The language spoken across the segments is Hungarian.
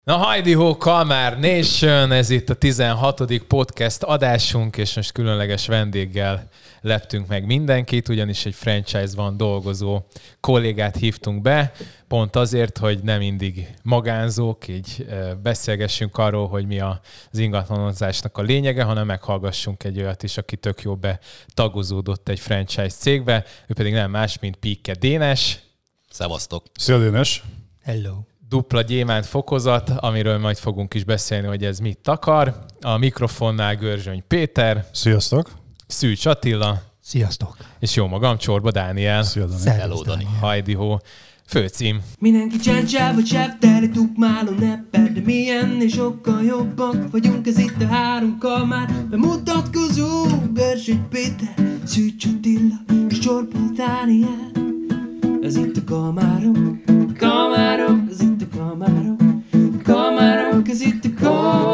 Na hajdi-hó, Kalmár Nation, ez itt a 16. podcast adásunk, és most különleges vendéggel leptünk meg mindenkit, ugyanis egy franchise-ban dolgozó kollégát hívtunk be, pont azért, hogy nem mindig magánzók, így beszélgessünk arról, hogy mi az ingatlanozásnak a lényege, hanem meghallgassunk egy olyat is, aki tök jó betagozódott egy franchise cégbe, ő pedig nem más, mint Pikke Dénes. Szevasztok! Szia Dénes! Hello! Dupla gyémánt fokozat, amiről majd fogunk is beszélni, hogy ez mit takar. A mikrofonnál Görzsöny Péter. Sziasztok! Szűcs Attila. Sziasztok! És jó magam, Csorba Dániel. Szia Dani! Hello, Dani! Hajdi-hó. Főcím. Mindenki csáncsáv, vagy sávteli tukmáló nepper, de mi ennél sokkal jobbak vagyunk, ez itt a három Kalmár. Bemutatkozó, Görzsöny Péter, Szűcs Attila, és Csorba Dániel. Ez itt a Kalmárok, Kalmárok, ez itt a Kalmárok, Kalmárok, ez itt a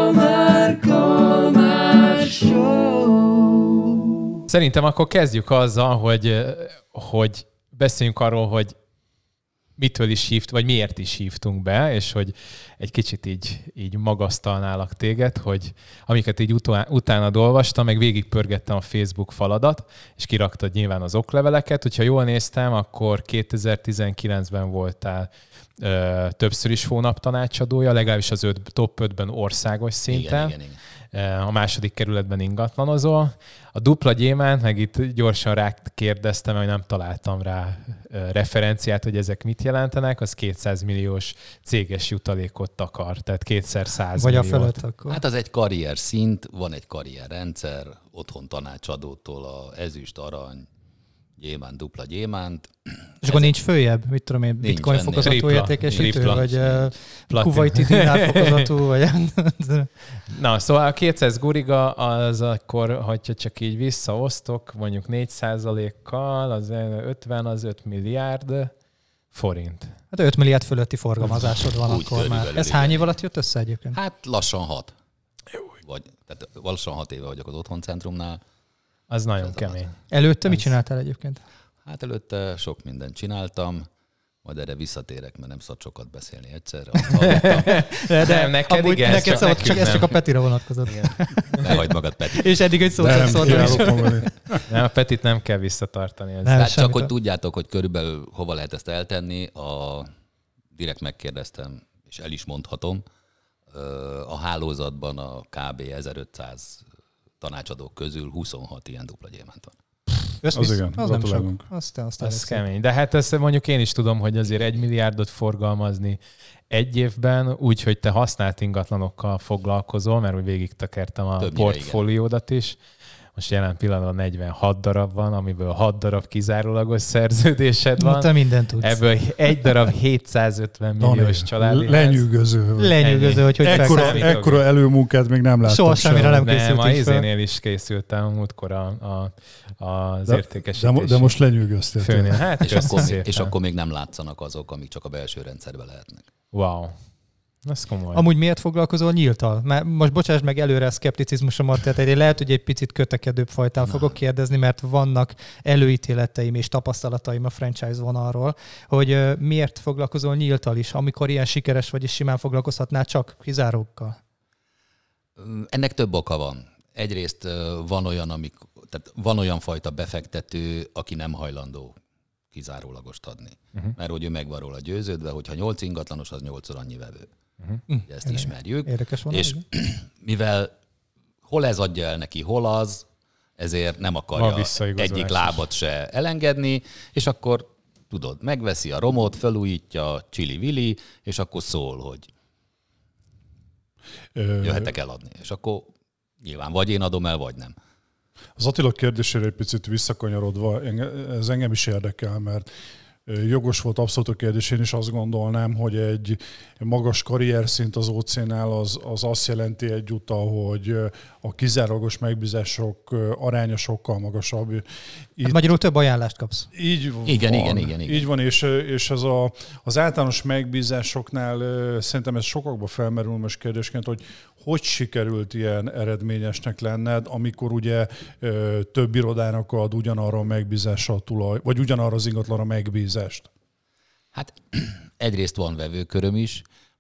Kalmár Show. Szerintem akkor kezdjük azzal, hogy beszéljünk arról, hogy mitől is vagy miért is hívtunk be, és hogy egy kicsit így magasztalnálak téged, hogy amiket így utána olvastam, meg végigpörgettem a Facebook faladat, és kiraktad nyilván az okleveleket. Hogyha jól néztem, akkor 2019-ben voltál többször is hónaptanácsadója, legalábbis az top 5-ben országos szinten. Igen. A második kerületben ingatlanozol. A dupla gyémánt, meg itt gyorsan rákérdeztem, hogy nem találtam rá referenciát, hogy ezek mit jelentenek, az 200 milliós céges jutalékot takar, tehát 2x100 vagy milliót. a fölött akkor. Hát az egy karrier szint, van egy karrierrendszer, otthon tanácsadótól a ezüst, arany, gyémánt, dupla gyémánt. És akkor nincs följebb, mit tudom én, bitcoin ennél. fokozatú értékesítő, tripla. vagy kuwaiti dinár fokozatú, vagy... Na, szóval a 200 guriga az akkor, hogyha csak így visszaosztok, mondjuk 4%-kal, az 50, az 5 milliárd forint. Hát 5 milliárd fölötti forgalmazásod van Úgy akkor már. körülbelül, Ez igen. hány év alatt jött össze egyébként? Hát lassan 6. Tehát lassan 6 éve vagyok az Otthoncentrumnál. Az nagyon Ez kemény. Előtte mit csináltál egyébként? Hát előtte sok mindent csináltam, majd erre visszatérek, mert nem szabad sokat beszélni egyszerre. Nem, neked amúgy igen, neked csak szabad, nekünk csak ez csak a nem. Petire vonatkozott. Ne hagyd magad, Peti. És eddig egy szót sem Nem, szóltam is. kívánok mondani. Nem, a Petit nem kell visszatartani. Ez. Nem. Tehát semmit. csak hogy tudjátok, hogy körülbelül hova lehet ezt eltenni, direkt megkérdeztem, és el is mondhatom, a hálózatban a kb. 1500 tanácsadók közül 26 ilyen dupla gyémánt van. Az igen, az nem sok. gratulálunk. Azt Az kemény. De hát ezt mondjuk én is tudom, hogy azért 1 milliárdot forgalmazni egy évben, úgy, hogy te használt ingatlanokkal foglalkozol, mert úgy végig tekertem a Többnyire, portfóliódat is. Most jelen pillanatban 46 darab van, amiből 6 darab kizárólagos szerződésed van. Te mindent tudsz. Ebből egy darab 750 milliós családi. Lenyűgöző. Lenyűgöző, hogy Ekkora- Ekkora előmunkát még nem láttam. Soha semmire nem Nem, készült a így fel. izénél is készültem múltkor az értékesítési De most lenyűgöztél. főnél. Hát, És szépen. akkor még nem látszanak azok, amik csak a belső rendszerben lehetnek. Wow. Ez komoly. Amúgy miért foglalkozol nyíltal? Mert most bocsáss meg előre a szkepticizmusomat, tehát lehet, hogy egy picit kötekedőbb fajtán fogok kérdezni, mert vannak előítéleteim és tapasztalataim a franchise vonalról, hogy miért foglalkozol nyíltal is, amikor ilyen sikeres vagy, és simán foglalkozhatnál csak kizárókkal. Ennek több oka van. Egyrészt van olyan fajta befektető, aki nem hajlandó kizárólagost adni. Mert hogy ő meg van róla győződve, hogyha 8 ingatlanos, az 8-szor annyi vevő. Ugye ezt ismerjük. Érdekes van. És mivel hol ez adja el neki, hol az, ezért nem akarja visszaigazolás egyik is. lábat se elengedni, és akkor tudod, megveszi a romot, felújítja, csili-vili, és akkor szól, hogy jöhetek eladni. És akkor nyilván vagy én adom el, vagy nem. Az Attila kérdésére egy picit visszakanyarodva, ez engem is érdekel, mert jogos volt abszolút a kérdés. Én is azt gondolnám, hogy egy magas karrierszint az OC-nál az azt jelenti egyúttal, hogy a kizárólagos megbízások aránya sokkal magasabb. Hát magyarul több ajánlást kapsz. Így van. Igen. Így van, és ez az általános megbízásoknál szerintem ez sokakba felmerül most kérdésként, hogy sikerült ilyen eredményesnek lenned, amikor ugye több irodának ad ugyanarra a megbízásra a tulaj, vagy ugyanarra az ingatlanra megbízást? Hát egyrészt van vevőköröm is,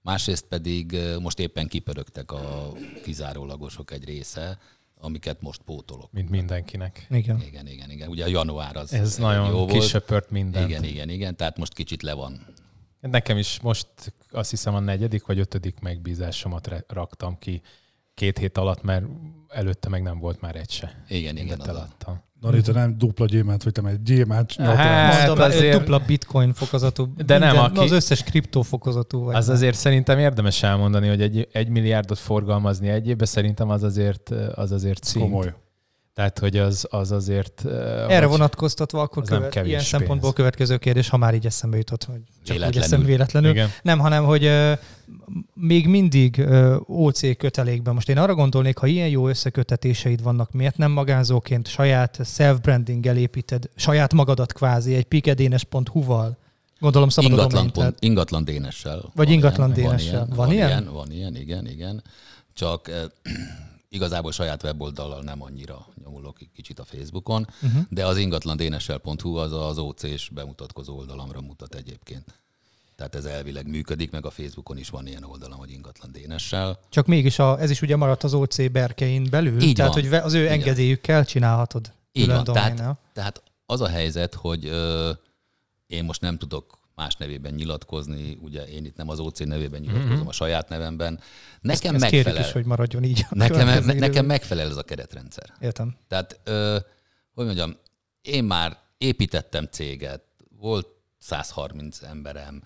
Másrészt pedig most éppen kipörögtek a kizárólagosok egy része, amiket most pótolok. Mint mindenkinek. Igen. Igen. Ugye a január az Ez jó nagyon volt. kisöpört mindent. Igen. Tehát most kicsit le van. Nekem is most azt hiszem a 4. vagy 5. megbízásomat raktam ki 2 hét alatt, mert előtte meg nem volt már egy se. Igen. Nari, te nem dupla gyémánt, vagy te egy gyémánt Hát Mondom, azért- dupla bitcoin fokozatú. De nem, Az összes kriptó fokozatú vagy. Az azért szerintem érdemes elmondani, hogy 1 milliárdot forgalmazni egy évben, szerintem az azért szint. komoly. Tehát, hogy az azért... Erre vonatkoztatva akkor az nem kevés ilyen pénz. szempontból következő kérdés, ha már így eszembe jutott, hogy csak úgy Véletlenül. eszembe véletlenül. Igen. Nem, hanem, hogy még mindig OC kötelékben. Most én arra gondolnék, ha ilyen jó összekötetéseid vannak, miért nem magánzóként saját self-brandinggel építed, saját magadat kvázi egy pikedénes.hu-val? Gondolom szabad a domain, tehát- Ingatlan DNS-sel. Vagy Van ingatlan ilyen, DNS-sel. Van ilyen? Van ilyen, igen. Csak igazából saját weboldallal nem annyira nyomulok kicsit a Facebookon, de az ingatlandnsl.hu az az OC-s bemutatkozó oldalamra mutat egyébként. Tehát ez elvileg működik, meg a Facebookon is van ilyen oldalam, hogy ingatlan DNS-sel. Csak mégis ez is ugye maradt az OC berkein belül, Így tehát van. hogy az ő Igen. engedélyükkel csinálhatod. Így külön van. doménnel. Tehát az a helyzet, hogy én most nem tudok más nevében nyilatkozni, ugye én itt nem az OC nevében nyilatkozom, a saját nevemben. Nekem Ezt kérjük megfelel. is, hogy maradjon így. a következő Nekem időben. megfelel ez a keretrendszer. Értem. Tehát, hogy mondjam, én már építettem céget, volt 130 emberem.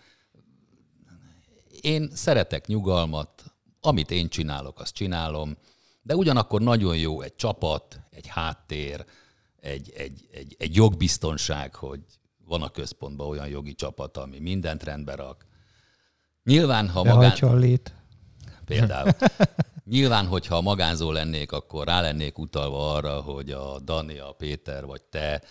Én szeretek nyugalmat, amit én csinálok, azt csinálom, de ugyanakkor nagyon jó egy csapat, egy háttér, egy jogbiztonság, hogy van a központban olyan jogi csapat, ami mindent rendbe rak. Nyilván, ha Behajtja a lét. Például. Nyilván, hogyha a magánzó lennék, akkor rá lennék utalva arra, hogy a Dani, a Péter vagy te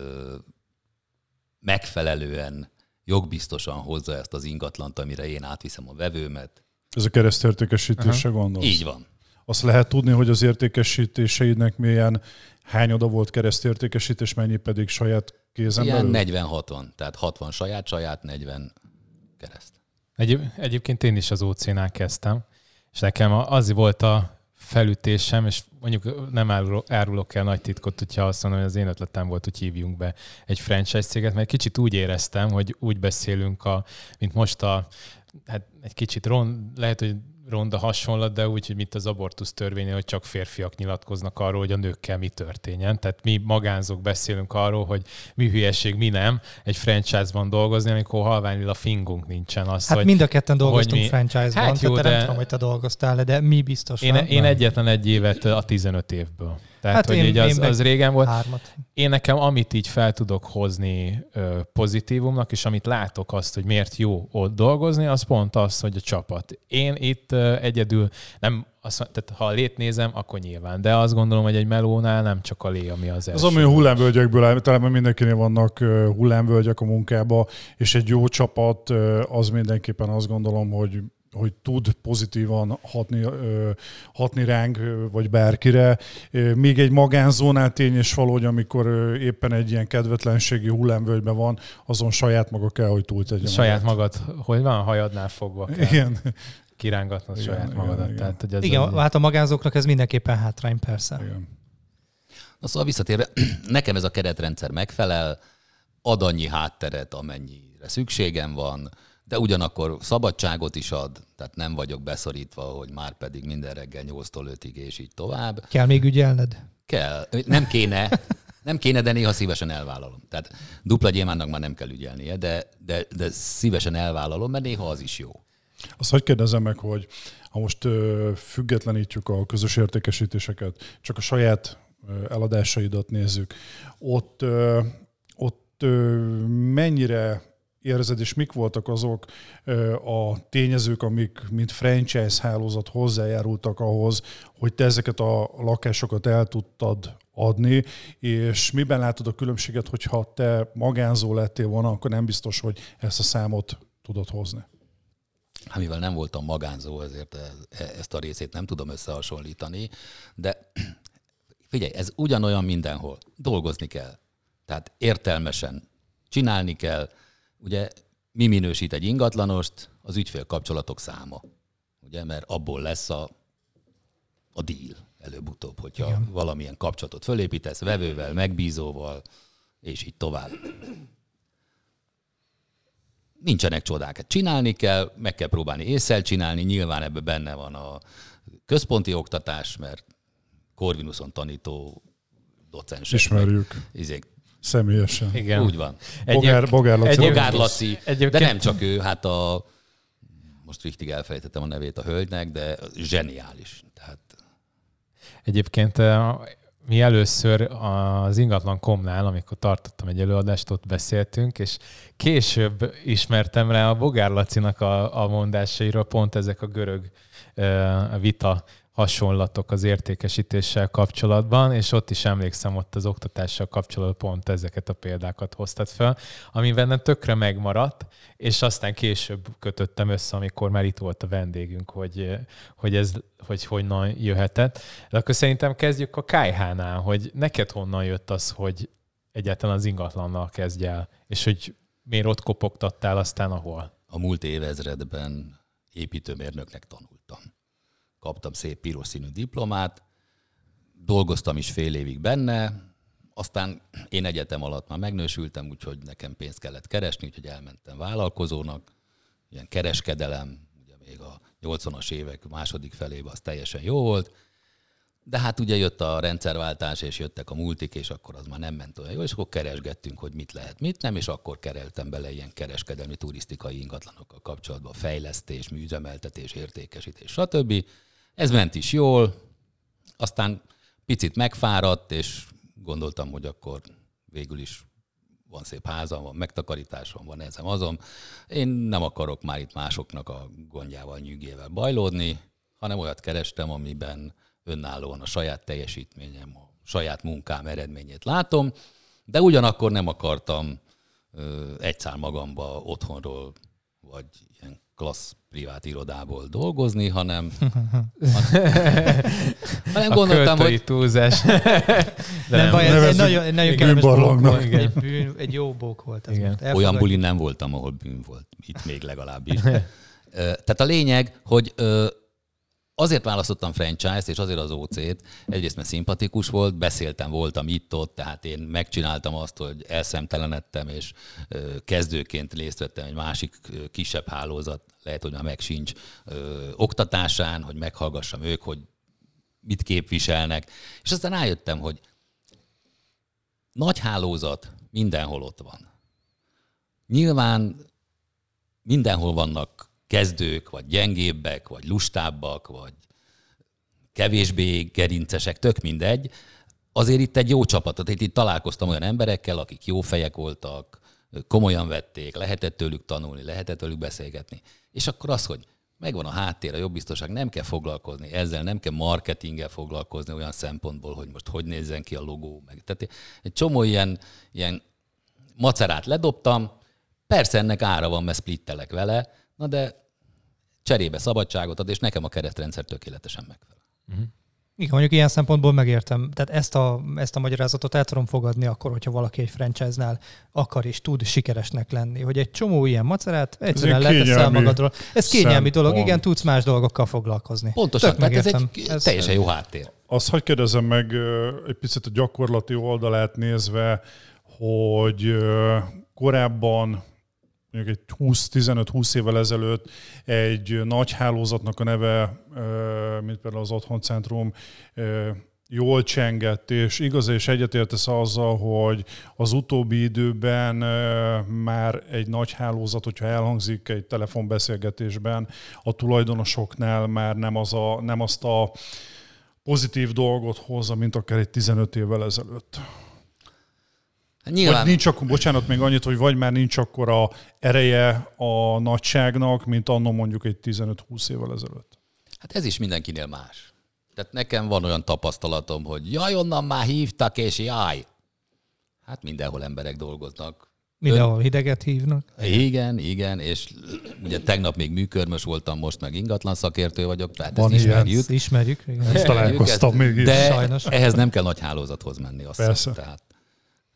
megfelelően jogbiztosan hozza ezt az ingatlant, amire én átviszem a vevőmet. Ez a keresztértékesítésre gondolsz? Így van. Azt lehet tudni, hogy az értékesítéseidnek milyen hányada volt keresztértékesítés, mennyi pedig saját kézen Ilyen belül? 40-60, tehát 60 saját, 40 kereszt. Egyébként én is az OC-nál kezdtem, és nekem az volt a felütésem, és mondjuk nem árulok el nagy titkot, hogyha azt mondom, hogy az én ötletem volt, hogy hívjunk be egy franchise céget, mert kicsit úgy éreztem, hogy úgy beszélünk, mint most hát egy kicsit lehet, hogy ronda hasonlat, de úgy, hogy mint az abortusz törvénynél, hogy csak férfiak nyilatkoznak arról, hogy a nőkkel mi történjen. Tehát mi magánzók beszélünk arról, hogy mi hülyeség, mi nem egy franchise-ban dolgozni, amikor halványlila fingunk nincsen. Hát mind a ketten dolgoztunk franchise-ban, hát jó, tehát nem de tudom, hogy te dolgoztál, de mi biztosan. én egyetlen egy évet a 15 évből. Tehát, Hát hogy én így az régen volt. 3. Én nekem, amit így fel tudok hozni pozitívumnak, és amit látok azt, hogy miért jó ott dolgozni, az pont az, hogy a csapat. Én itt egyedül nem, tehát ha a lét nézem, akkor nyilván. De azt gondolom, hogy egy melónál nem csak a lé, ami az első. Az, ami a hullámvölgyekből áll, talán mindenkinél vannak hullámvölgyek a munkába, és egy jó csapat, az mindenképpen azt gondolom, hogy tud pozitívan hatni ránk, vagy bárkire. Még egy magánzónál tény és való, hogy amikor éppen egy ilyen kedvetlenségi hullámvölgyben van, azon saját maga kell, hogy túltegye. Saját magad, hogy van, a hajadnál fogva kell Igen. kirángatnod saját magadat. Igen. Tehát, hogy ez Igen, hát a magánzóknak ez mindenképpen hátrány, persze. Igen. Na szóval visszatérve, nekem ez a keretrendszer megfelel, ad annyi hátteret, amennyire szükségem van, de ugyanakkor szabadságot is ad, tehát nem vagyok beszorítva, hogy már pedig minden reggel 8-tól 5-ig és így tovább. Kell még ügyelned? Kell. Nem kéne, de néha szívesen elvállalom. Tehát dupla gyémánnak már nem kell ügyelnie, de szívesen elvállalom, mert néha az is jó. Azt hogy kérdezem meg, hogy ha most függetlenítjük a közös értékesítéseket, csak a saját eladásaidat nézzük, ott mennyire érzed, és mik voltak azok a tényezők, amik mint franchise hálózat hozzájárultak ahhoz, hogy te ezeket a lakásokat el tudtad adni, és miben látod a különbséget, hogyha te magánzó lettél volna, akkor nem biztos, hogy ezt a számot tudod hozni. Hát mivel nem voltam magánzó, ezért ezt a részét nem tudom összehasonlítani, de figyelj, ez ugyanolyan mindenhol. Dolgozni kell. Tehát értelmesen csinálni kell. Ugye mi minősít egy ingatlanost? az ügyfél kapcsolatok száma. Ugye, mert abból lesz a deal előbb-utóbb, hogyha igen, valamilyen kapcsolatot fölépítesz vevővel, megbízóval, és így tovább. Nincsenek csodák. Csinálni kell, meg kell próbálni ésszel csinálni, nyilván ebben benne van a központi oktatás, mert Corvinuson tanító docensek. Ismerjük. Személyesen. Igen. Úgy van. Bogár Laci. Bogár Laci. De nem csak ő, hát most richtig elfelejtettem a nevét a hölgynek, de zseniális. Tehát... Egyébként mi először az Ingatlan.com-nál, amikor tartottam egy előadást, ott beszéltünk, és később ismertem rá a Bogár Lacinak a mondásairól, pont ezek a görög vita hasonlatok az értékesítéssel kapcsolatban, és ott is emlékszem, ott az oktatással kapcsolatban pont ezeket a példákat hoztad fel, ami bennem tökre megmaradt, és aztán később kötöttem össze, amikor már itt volt a vendégünk, hogy ez honnan jöhetett. De akkor szerintem kezdjük a KH-nál, hogy neked honnan jött az, hogy egyáltalán az ingatlannal kezdj el, és hogy miért ott kopogtattál, aztán ahol? A múlt évezredben építőmérnöknek tanultam. Kaptam szép piros színű diplomát, dolgoztam is fél évig benne, aztán én egyetem alatt már megnősültem, úgyhogy nekem pénzt kellett keresni, úgyhogy elmentem vállalkozónak, ilyen kereskedelem, ugye még a 80-as évek második felében az teljesen jó volt, de hát ugye jött a rendszerváltás, és jöttek a multik, és akkor az már nem ment olyan jó, és akkor keresgettünk, hogy mit lehet, mit nem, és akkor kereltem bele ilyen kereskedelmi, turisztikai ingatlanokkal kapcsolatban, fejlesztés, műüzemeltetés, értékesítés, stb. Ez ment is jól, aztán picit megfáradt, és gondoltam, hogy akkor végül is van szép házam, van megtakarításom, van ezem azon. Én nem akarok már itt másoknak a gondjával, nyűgével bajlódni, hanem olyat kerestem, amiben önállóan a saját teljesítményem, a saját munkám eredményét látom, de ugyanakkor nem akartam egyszár magamba otthonról, vagy ilyen klassz privát irodából dolgozni, hanem gondoltam, hogy... túlzás. Nem baj, ez egy nagyon kellemes bók volt. Egy jó bók volt. Ez olyan bulin nem voltam, ahol bűn volt. Itt még legalábbis. Tehát a lényeg, hogy azért választottam franchise-t, és azért az OC-t, egyrészt mert szimpatikus volt, beszéltem, voltam itt-ott, tehát én megcsináltam azt, hogy elszemtelenedtem, és kezdőként részt vettem egy másik kisebb hálózat, lehet, hogy már meg sincs, oktatásán, hogy meghallgassam ők, hogy mit képviselnek. És aztán rájöttem, hogy nagy hálózat mindenhol ott van. Nyilván mindenhol vannak kezdők, vagy gyengébbek, vagy lustábbak, vagy kevésbé gerincesek, tök mindegy. Azért itt egy jó csapatot, itt találkoztam olyan emberekkel, akik jó fejek voltak, komolyan vették, lehetett tőlük tanulni, lehetett tőlük beszélgetni. És akkor az, hogy megvan a háttér, a jogbiztonság, nem kell foglalkozni ezzel, nem kell marketinggel foglalkozni olyan szempontból, hogy most hogy nézzen ki a logó. Tehát egy csomó ilyen macerát ledobtam, persze ennek ára van, mert splittelek vele, na de cserébe szabadságot ad, és nekem a keretrendszer tökéletesen megfelel. Uh-huh. Igen, mondjuk ilyen szempontból megértem. Tehát ezt a magyarázatot el tudom fogadni akkor, hogyha valaki egy franchise-nál akar és tud sikeresnek lenni. Hogy egy csomó ilyen macerát egyszerűen leteszel magadról. Ez kényelmi dolog, igen, tudsz más dolgokkal foglalkozni. Pontosan, tehát ez egy teljesen jó háttér. Azt hadd kérdezem meg egy picit a gyakorlati oldalát nézve, hogy korábban mondjuk egy 15-20 évvel ezelőtt egy nagy hálózatnak a neve, mint például az Otthoncentrum, jól csengett, és igaz, és egyetértesz azzal, hogy az utóbbi időben már egy nagy hálózat, hogyha elhangzik egy telefonbeszélgetésben, a tulajdonosoknál már nem azt a pozitív dolgot hozza, mint akár egy 15 évvel ezelőtt. Nyilván... Vagy nincs akkor, bocsánat, még annyit, hogy vagy már nincs akkora ereje a nagyságnak, mint anno mondjuk egy 15-20 évvel ezelőtt. Hát ez is mindenkinél más. Tehát nekem van olyan tapasztalatom, hogy jaj, onnan már hívtak, és jaj. Hát mindenhol emberek dolgoznak. Mindenhol hideget hívnak. Igen, és ugye tegnap még műkörmös voltam, most meg ingatlan szakértő vagyok, tehát van ezt ilyen. Ismerjük. Ezt találkoztam mégis. De sajnos. ehhez nem kell nagy hálózathoz menni. Azt persze. Tehát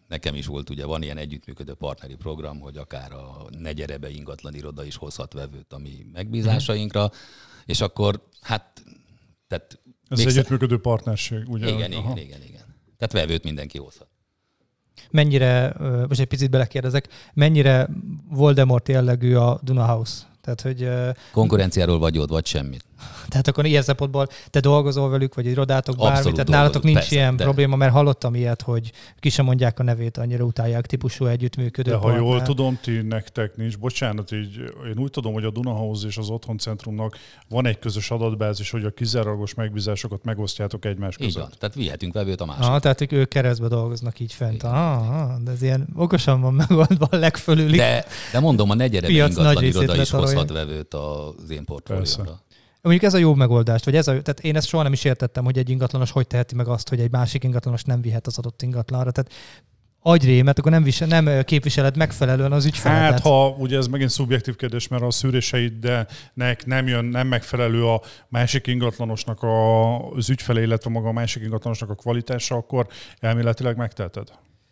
nekem is volt, ugye van ilyen együttműködő partneri program, hogy akár a Ne gyere be ingatlan iroda is hozhat vevőt a mi megbízásainkra, és akkor tehát Ez egy együttműködő partnerség, ugye? Igen. Tehát vevőt mindenki hozhat. Mennyire, most egy picit belekérdezek, mennyire Voldemort jellegű a Duna House? Tehát, hogy... Konkurenciáról vagy ott, vagy semmit. Tehát akkor ilyen szempontból te dolgozol velük, vagy irodátok bármi, Abszolút tehát nálatok nincs persze, ilyen probléma, mert hallottam ilyet, hogy ki sem mondják a nevét, annyira utálják típusú együttműködő De ha partner. jól tudom, ti nektek nincs. Bocsánat, így én úgy tudom, hogy a Duna House és az Otthoncentrumnak van egy közös adatbázis, hogy a kizárólagos megbízásokat megosztjátok egymás között. Így van, tehát vihetünk vevőt a másikra. Tehát ők keresztbe dolgoznak így fent. De ez ilyen okosan van megoldva a legfölüli. De mondom, a Ne gyere be Piac ingatlan nagy részét iroda is letarolja. hozhat vevőt az én portfóliómra. Mondjuk ez a jó megoldás, vagy tehát én ezt soha nem is értettem, hogy egy ingatlanos hogy teheti meg azt, hogy egy másik ingatlanos nem vihet az adott ingatlanra. Tehát agyrémet, akkor nem képviseled megfelelően az ügyfeledet. Hát, ha ugye ez megint szubjektív kérdés, mert a szűréseidnek nem megfelelő a másik ingatlanosnak az ügyfele, illetve maga a másik ingatlanosnak a kvalitása, akkor elméletileg megteheted.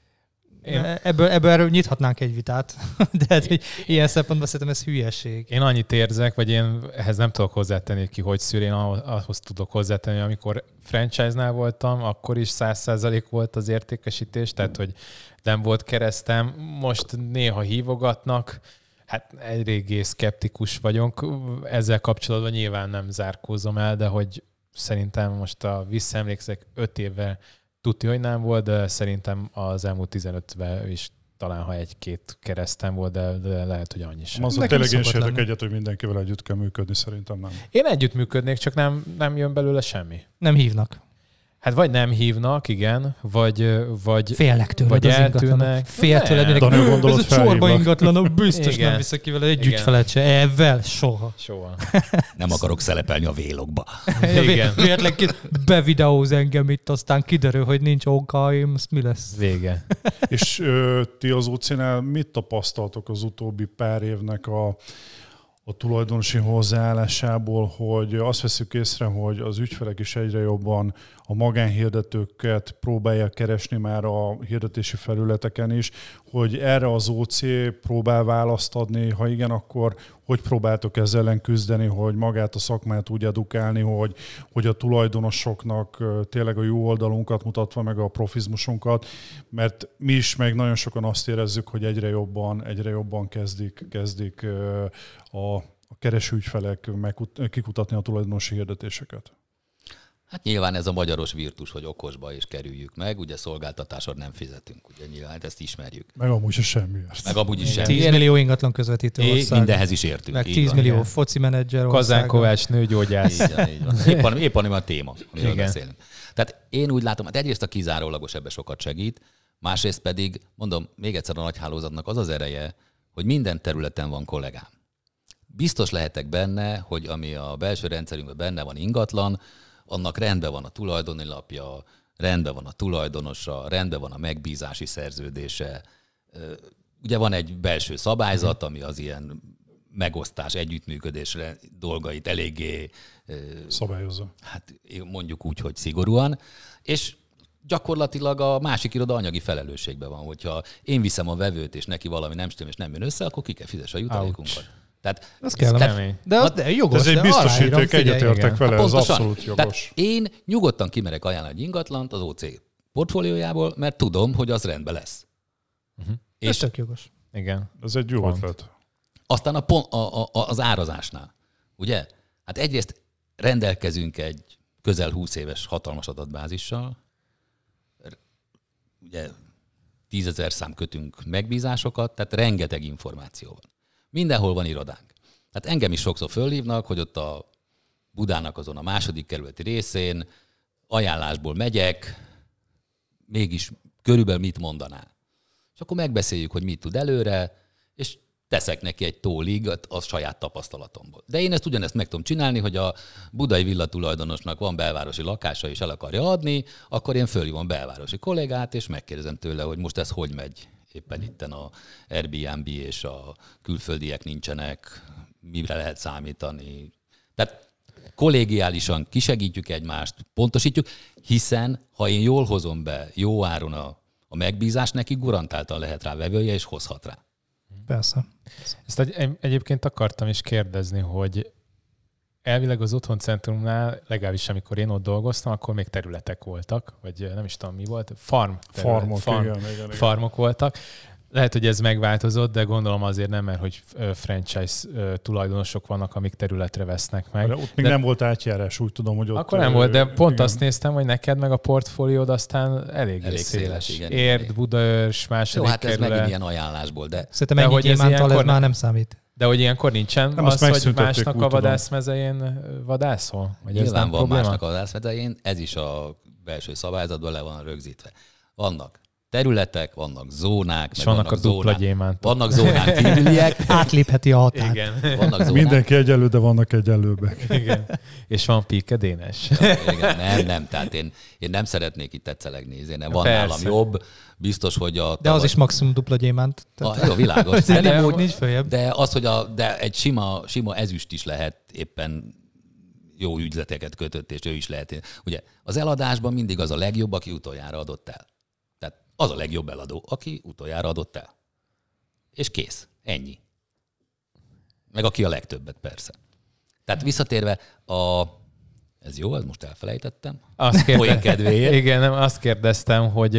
Erről nyithatnánk egy vitát, de hát, hogy ilyen szempontból szerintem ez hülyeség. Én annyit érzek, vagy én ehhez nem tudok hozzátenni ki, hogy szűr, én ahhoz tudok hozzátenni, amikor franchise-nál voltam, akkor is 100% volt az értékesítés, tehát hogy nem volt keresztem. Most néha hívogatnak, hát eléggé szkeptikus vagyok. Ezzel kapcsolatban nyilván nem zárkózom el, de hogy szerintem most visszaemlékszek 5 évvel tudni, hogy nem volt, de szerintem az elmúlt 15-ben is talán, ha 1-2 keresztem volt, de lehet, hogy annyi sem. Azon tényleg én is értek egyet, hogy mindenkivel együtt kell működni, szerintem nem. Én együtt működnék, csak nem jön belőle semmi. Nem hívnak. Hát vagy nem hívnak, igen, vagy félnek tőled vagy az eltűnnek. Fél tőled, Dani, gondolod, ez a csorba felhívlak. ingatlanok, biztos Igen. nem viszek ki vele egy Igen. ügyfelet se. Ebben soha. Soha. Nem akarok szerepelni a vlogba. Igen. Véletlen bevideóz engem itt, aztán kiderül, hogy nincs okaim, mi lesz? Vége. És ti az OC-nál mit tapasztaltok az utóbbi pár évnek a tulajdonosi hozzáállásából, hogy azt veszük észre, hogy az ügyfelek is egyre jobban a magánhirdetőket próbálják keresni már a hirdetési felületeken is, hogy erre az OC próbál választ adni, ha igen, akkor hogy próbáltok ezzel ellen küzdeni, hogy magát a szakmát úgy edukálni, hogy a tulajdonosoknak tényleg a jó oldalunkat mutatva, meg a profizmusunkat, mert mi is meg nagyon sokan azt érezzük, hogy egyre jobban kezdik a kereső ügyfelek kikutatni a tulajdonosi hirdetéseket. Hát nyilván ez a magyaros virtus, hogy okosba is kerüljük meg, ugye szolgáltatásra nem fizetünk, ugye nyilván ezt ismerjük. Meg amúgy is semmiért. Meg amúgy is 10 semmi. millió ingatlan közvetítő ország. Mindenhez is értünk. Meg így 10 van. millió Igen. foci menedzser Kazán ország. Kovács nőgyógyász. Így van. Éppen a téma, amiről Igen. beszélünk. Tehát én úgy látom, hát egyrészt a kizárólagos ebbe sokat segít, másrészt pedig, mondom, még egyszer a nagy hálózatnak az az ereje, hogy minden területen van kollégám. Biztos lehetek benne, hogy ami a belső rendszerünkben benne van ingatlan, annak rendben van a tulajdoni lapja, rendben van a tulajdonosa, rendben van a megbízási szerződése. Ugye van egy belső szabályzat, ami az ilyen megosztás, együttműködésre dolgait eléggé Szabályozza. hát mondjuk úgy, hogy szigorúan, és gyakorlatilag a másik iroda anyagi felelősségben van, hogyha én viszem a vevőt, és neki valami nem stimmel, és nem jön össze, akkor ki kell fizesse a jutalékunkat. Tehát, Az kell. Kemény. De jogos. Ez egy de biztosíték, aláírom, figyelj. egyetértek vele, ez pontosan. abszolút jogos. Tehát én nyugodtan kimerek ajánlani egy ingatlant az OC portfóliójából, mert tudom, hogy az rendben lesz. Uh-huh. Ez És tök jogos. Igen. Ez egy jó Pont. ötlet. aztán az árazásnál, ugye? Hát egyrészt rendelkezünk egy közel 20 éves hatalmas adatbázissal, ugye 10 000 szám kötünk megbízásokat, tehát rengeteg információ van. Mindenhol van irodánk. Tehát engem is sokszor fölhívnak, hogy ott a Budának azon a második kerületi részén ajánlásból megyek, mégis körülbelül mit mondanál. És akkor megbeszéljük, hogy mit tud előre, és teszek neki egy tólig a saját tapasztalatomból. De én ezt ugyanezt meg tudom csinálni, hogy a budai villa tulajdonosnak van belvárosi lakása, és el akarja adni, akkor én fölhívom belvárosi kollégát, és megkérdezem tőle, hogy most ez hogy megy. Éppen itten a Airbnb és a külföldiek nincsenek, mire lehet számítani. Tehát kollégiálisan kisegítjük egymást, pontosítjuk, hiszen ha én jól hozom be jó áron A megbízás neki garantáltan lehet rá vevője, és hozhat rá. Persze. Ezt egyébként akartam is kérdezni, hogy elvileg az Otthoncentrumnál, legalábbis amikor én ott dolgoztam, akkor még területek voltak, vagy nem is tudom mi volt, farmok voltak. Lehet, hogy ez megváltozott, de gondolom azért nem, mert hogy franchise tulajdonosok vannak, amik területre vesznek meg. De ott még nem volt átjárás, úgy tudom, hogy ott... Akkor nem volt, de pont azt néztem, hogy neked meg a portfóliód aztán elég széles. Igen, Érd, Budaörs, második jó, hát ez kerület. megint ilyen ajánlásból, de... Szerintem ennyi gyémántal ez már nem számít. De hogy ilyenkor nincsen nem, az, hogy másnak a vadászmezején vadászol? Vagy nyilván van másnak a vadászmezején, ez is a belső szabályzatban le van rögzítve. Vannak területek, vannak zónák, és vannak a dupla gyémántok. Vannak zónák kívüliek. Átlépheti a határt. Igen. Vannak zónák. Mindenki egyenlő, de vannak egyenlőbbek. Igen. És van píkedénes. Igen, nem. Tehát én nem szeretnék itt tetszelegni. Én van nálam jobb. Biztos, hogy de az is maximum dupla gyémánt. Jó, világos. Nem úgy nincs följebb. De az, hogy de egy sima ezüst is lehet éppen jó ügyleteket kötött, és ő is lehet. Ugye az eladásban mindig az a legjobb, aki utoljára adott el. Tehát az a legjobb eladó, aki utoljára adott el. És kész. Ennyi. Meg aki a legtöbbet, persze. Tehát visszatérve ez jó, ezt most elfelejtettem. Olyan kedvéért. Igen, nem, azt kérdeztem, hogy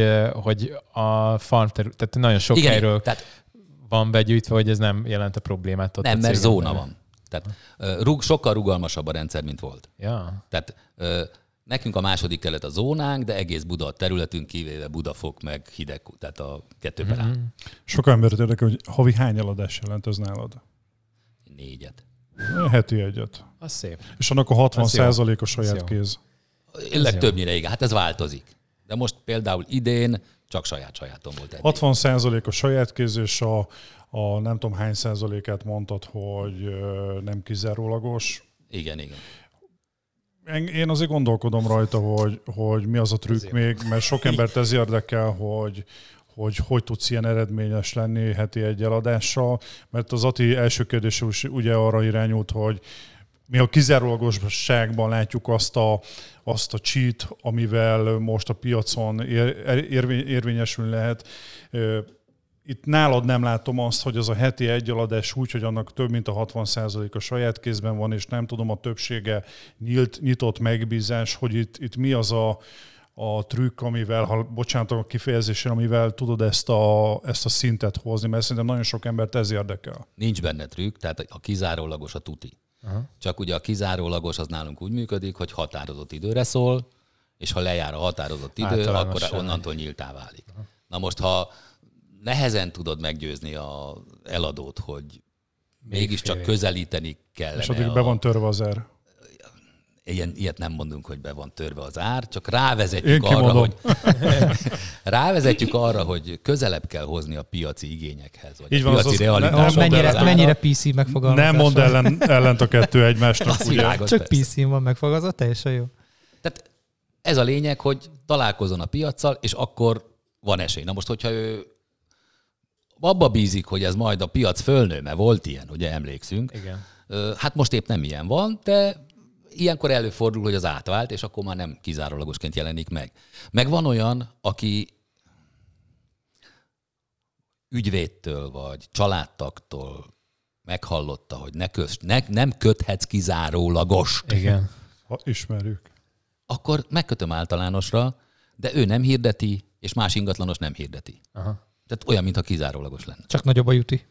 a farm terület, tehát nagyon sok helyről van begyűjtve, hogy ez nem jelent a problémát. Nem, mert zóna van. Tehát sokkal rugalmasabb a rendszer, mint volt. Ja. Tehát nekünk a második kelet a zónánk, de egész Buda a területünk, kivéve Budafok, meg Hideg, tehát a 2/A. Sok embert érdekel, hogy havi hány eladás jelent ez nálad? 4. Heti 1. Az szép. És annak a 60% a saját kéz. Legtöbbnyire igen, hát ez változik. De most például idén csak sajátom volt eddig. 60% a saját kéz, és a nem tudom hány százalékát mondtad, hogy nem kizárólagos. Igen. Én azért gondolkodom rajta, hogy mi az a trükk még, mert sok embert ez érdekel, hogy tudsz ilyen eredményes lenni heti egy eladással, mert az Ati első kérdése ugye arra irányult, hogy mi a kizárólagosságban látjuk azt a cheat, amivel most a piacon érvényesülni lehet. Itt nálad nem látom azt, hogy az a heti egy eladás úgy, hogy annak több mint a 60% a saját kézben van, és nem tudom, a többsége nyitott megbízás, hogy itt mi az a trükk, amivel, bocsánat a kifejezésre, amivel tudod ezt a szintet hozni, mert szerintem nagyon sok embert ez érdekel. Nincs benne trükk, tehát a kizárólagos a tuti. Aha. Csak ugye a kizárólagos az nálunk úgy működik, hogy határozott időre szól, és ha lejár a határozott idő, akkor onnantól nyíltá válik. Aha. Na most, ha nehezen tudod meggyőzni az eladót, hogy mégiscsak közelíteni kellene. És addig be van törve az ár. Ilyet nem mondunk, hogy be van törve az ár, csak rávezetjük arra, hogy közelebb kell hozni a piaci igényekhez, vagy így a piaci realitáshoz. Mennyire PC megfogalmazás. Nem mondd ellent a kettő egymásnak. Csak PC-n van megfogalmazva, teljesen jó. Tehát ez a lényeg, hogy találkozon a piaccal, és akkor van esély. Na most, hogyha ő abba bízik, hogy ez majd a piac fölnő, mert volt ilyen, ugye emlékszünk. Igen. Hát most épp nem ilyen van, de ilyenkor előfordul, hogy az átvált, és akkor már nem kizárólagosként jelenik meg. Meg van olyan, aki ügyvédtől vagy családtagtól meghallotta, hogy nem köthetsz kizárólagost. Igen. Ha ismerjük. Akkor megkötöm általánosra, de ő nem hirdeti, és más ingatlanos nem hirdeti. Aha. Tehát olyan, mintha kizárólagos lenne. Csak nagyobb a juti.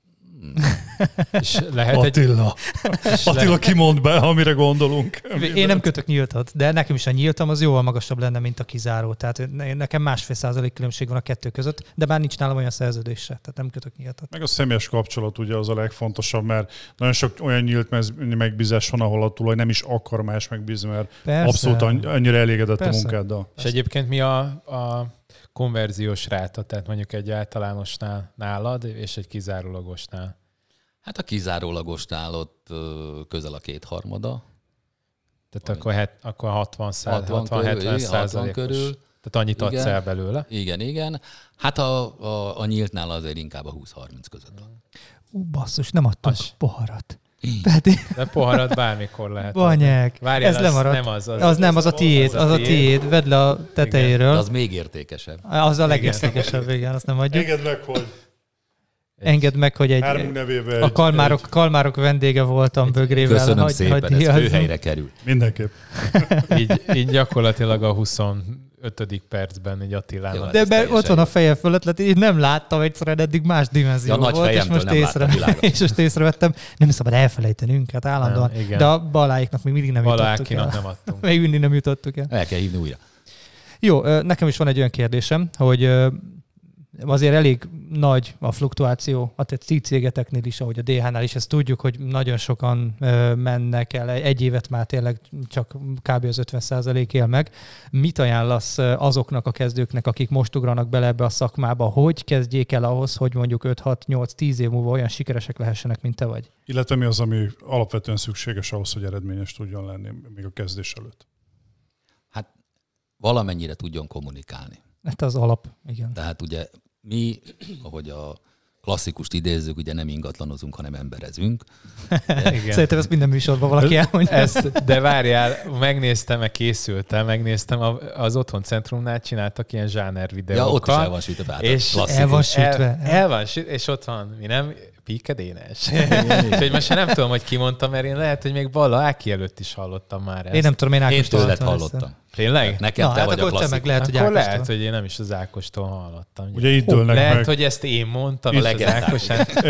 És lehet Attila kimond be, amire gondolunk. Én nem kötök nyíltat, de nekem is a nyíltam az jóval magasabb lenne, mint a kizáró. Tehát nekem 1,5% különbség van a kettő között, de már nincs nálam olyan szerződés se, tehát nem kötök nyíltat. Meg a személyes kapcsolat ugye az a legfontosabb, mert nagyon sok olyan nyílt megbízás van, ahol a tulaj nem is akar más megbízni, mert abszolút annyira elégedett a munkáddal. És egyébként mi a konverziós ráta, tehát mondjuk egy általánosnál nálad, és egy kizárólagosnál? Hát a kizárólagosnál ott közel a 2/3. Tehát akkor 60-70% körül. Tehát annyit adsz el belőle? Igen. Hát a nyíltnál azért inkább a 20-30 között van. Basszus, nem adtunk poharat. Peti, De poharat bármikor lehet. Banyák, Várjál, ez lemaradt. Nem az. Az nem, az a tiéd, az a tiéd. Vedd le a tetejéről. De az még értékesebb. Az a legértékesebb, igen, azt nem adjuk. Engedd meg, hogy Engedd meg, hogy hármunk nevébe a kalmárok vendége voltam Bögrével. Köszönöm szépen, ez főhelyre kerül. mindenképp. így gyakorlatilag a 25. percben egy Attilának. De ott van a feje fölött, így nem láttam egyszerűen, eddig más dimenzió Ja, nagy volt, és fejemtől most, nem láttam, világos. és most észrevettem, nem szabad elfelejtenünk, hát állandóan. Nem, igen. De a Baláiknak még mindig nem jutottuk Balákinak el. nem adtunk. Még mindig nem jutottuk el. El kell hívni újra. Jó, nekem is van egy olyan kérdésem, hogy azért elég nagy a fluktuáció a ti cégeteknél is, ahogy a DH-nál is, ezt tudjuk, hogy nagyon sokan mennek el, egy évet már tényleg csak kb. Az 50% él meg. Mit ajánlasz azoknak a kezdőknek, akik most ugranak bele ebbe a szakmába, hogy kezdjék el ahhoz, hogy mondjuk 5-6-8-10 év múlva olyan sikeresek lehessenek, mint te vagy? Illetve mi az, ami alapvetően szükséges ahhoz, hogy eredményes tudjon lenni még a kezdés előtt? Hát valamennyire tudjon kommunikálni. Hát az alap, igen. Tehát ugye mi, ahogy a klasszikust idézzük, ugye nem ingatlanozunk, hanem emberezünk. Igen. Szerintem ezt minden műsorban valaki elmondja. De várjál, megnéztem, az Otthon Centrumnál csináltak ilyen zsáner videókat. Ja, ott is el van sütve. És el van sütve. El van sütve, és ott van, mi nem? Píkedénes. Úgyhogy most nem tudom, hogy ki mondta, mert én lehet, hogy még Balla Áki előtt is hallottam már ezt. Én nem tudom, én Én Ákostól tőled hallottam ezt. hallottam. Tényleg? Nekem Na, te hát vagy a akkor te meg klasszikus. lehet, hogy Akkor Ákostól. lehet, hogy én nem is az Ákostól hallottam. Ugye itt dőlnek Lehet, meg. hogy ezt én mondtam, Is és az Ákos.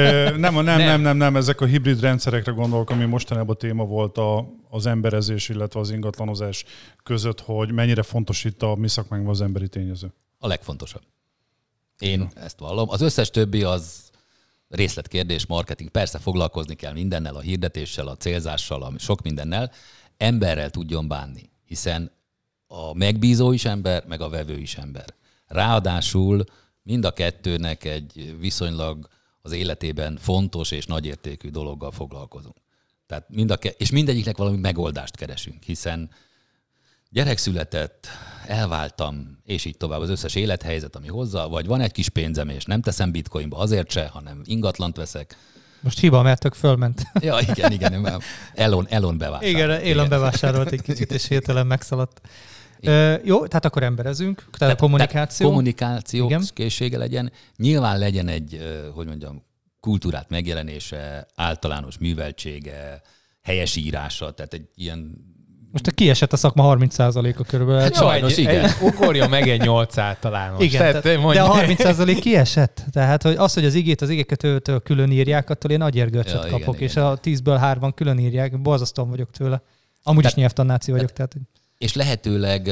Nem, ezek a hibrid rendszerekre gondolok, ami mostanában téma volt az emberezés, illetve az ingatlanozás között, hogy mennyire fontos itt a mi szakmánkban az emberi tényező. A legfontosabb. Én ezt vallom. Az összes többi az részletkérdés, marketing. Persze foglalkozni kell mindennel, a hirdetéssel, a célzással, sok mindennel. Emberrel tudjon bánni, hiszen a megbízó is ember, meg a vevő is ember. Ráadásul mind a kettőnek egy viszonylag az életében fontos és nagyértékű dologgal foglalkozunk. Tehát és mindegyiknek valami megoldást keresünk, hiszen gyerek született, elváltam, és így tovább az összes élethelyzet, ami hozzá, vagy van egy kis pénzem, és nem teszem bitcoinba azért se, hanem ingatlant veszek. Most hiba, mert tök fölment. Ja, igen. Elon bevásárolt. Igen, Elon bevásárolt egy kicsit, és hirtelen megszaladt. Jó, tehát akkor emberezünk, tehát a kommunikáció. Kommunikáció igen. készsége legyen. Nyilván legyen egy, kultúrát megjelenése, általános műveltsége, helyes írása, tehát egy ilyen... Most a kiesett a szakma 30%-a körülbelül. Hát sajnos, igen. Ugorjon meg egy 8 általános. Igen, de a 30% kiesett. Tehát hogy az, hogy az igéket külön írják, attól én agyérgörcsöt kapok, igen, és a 10-ből 3-ban külön írják, borzasztóan vagyok tőle. Amúgy is nyelvtannáci vagyok. Tehát... És lehetőleg,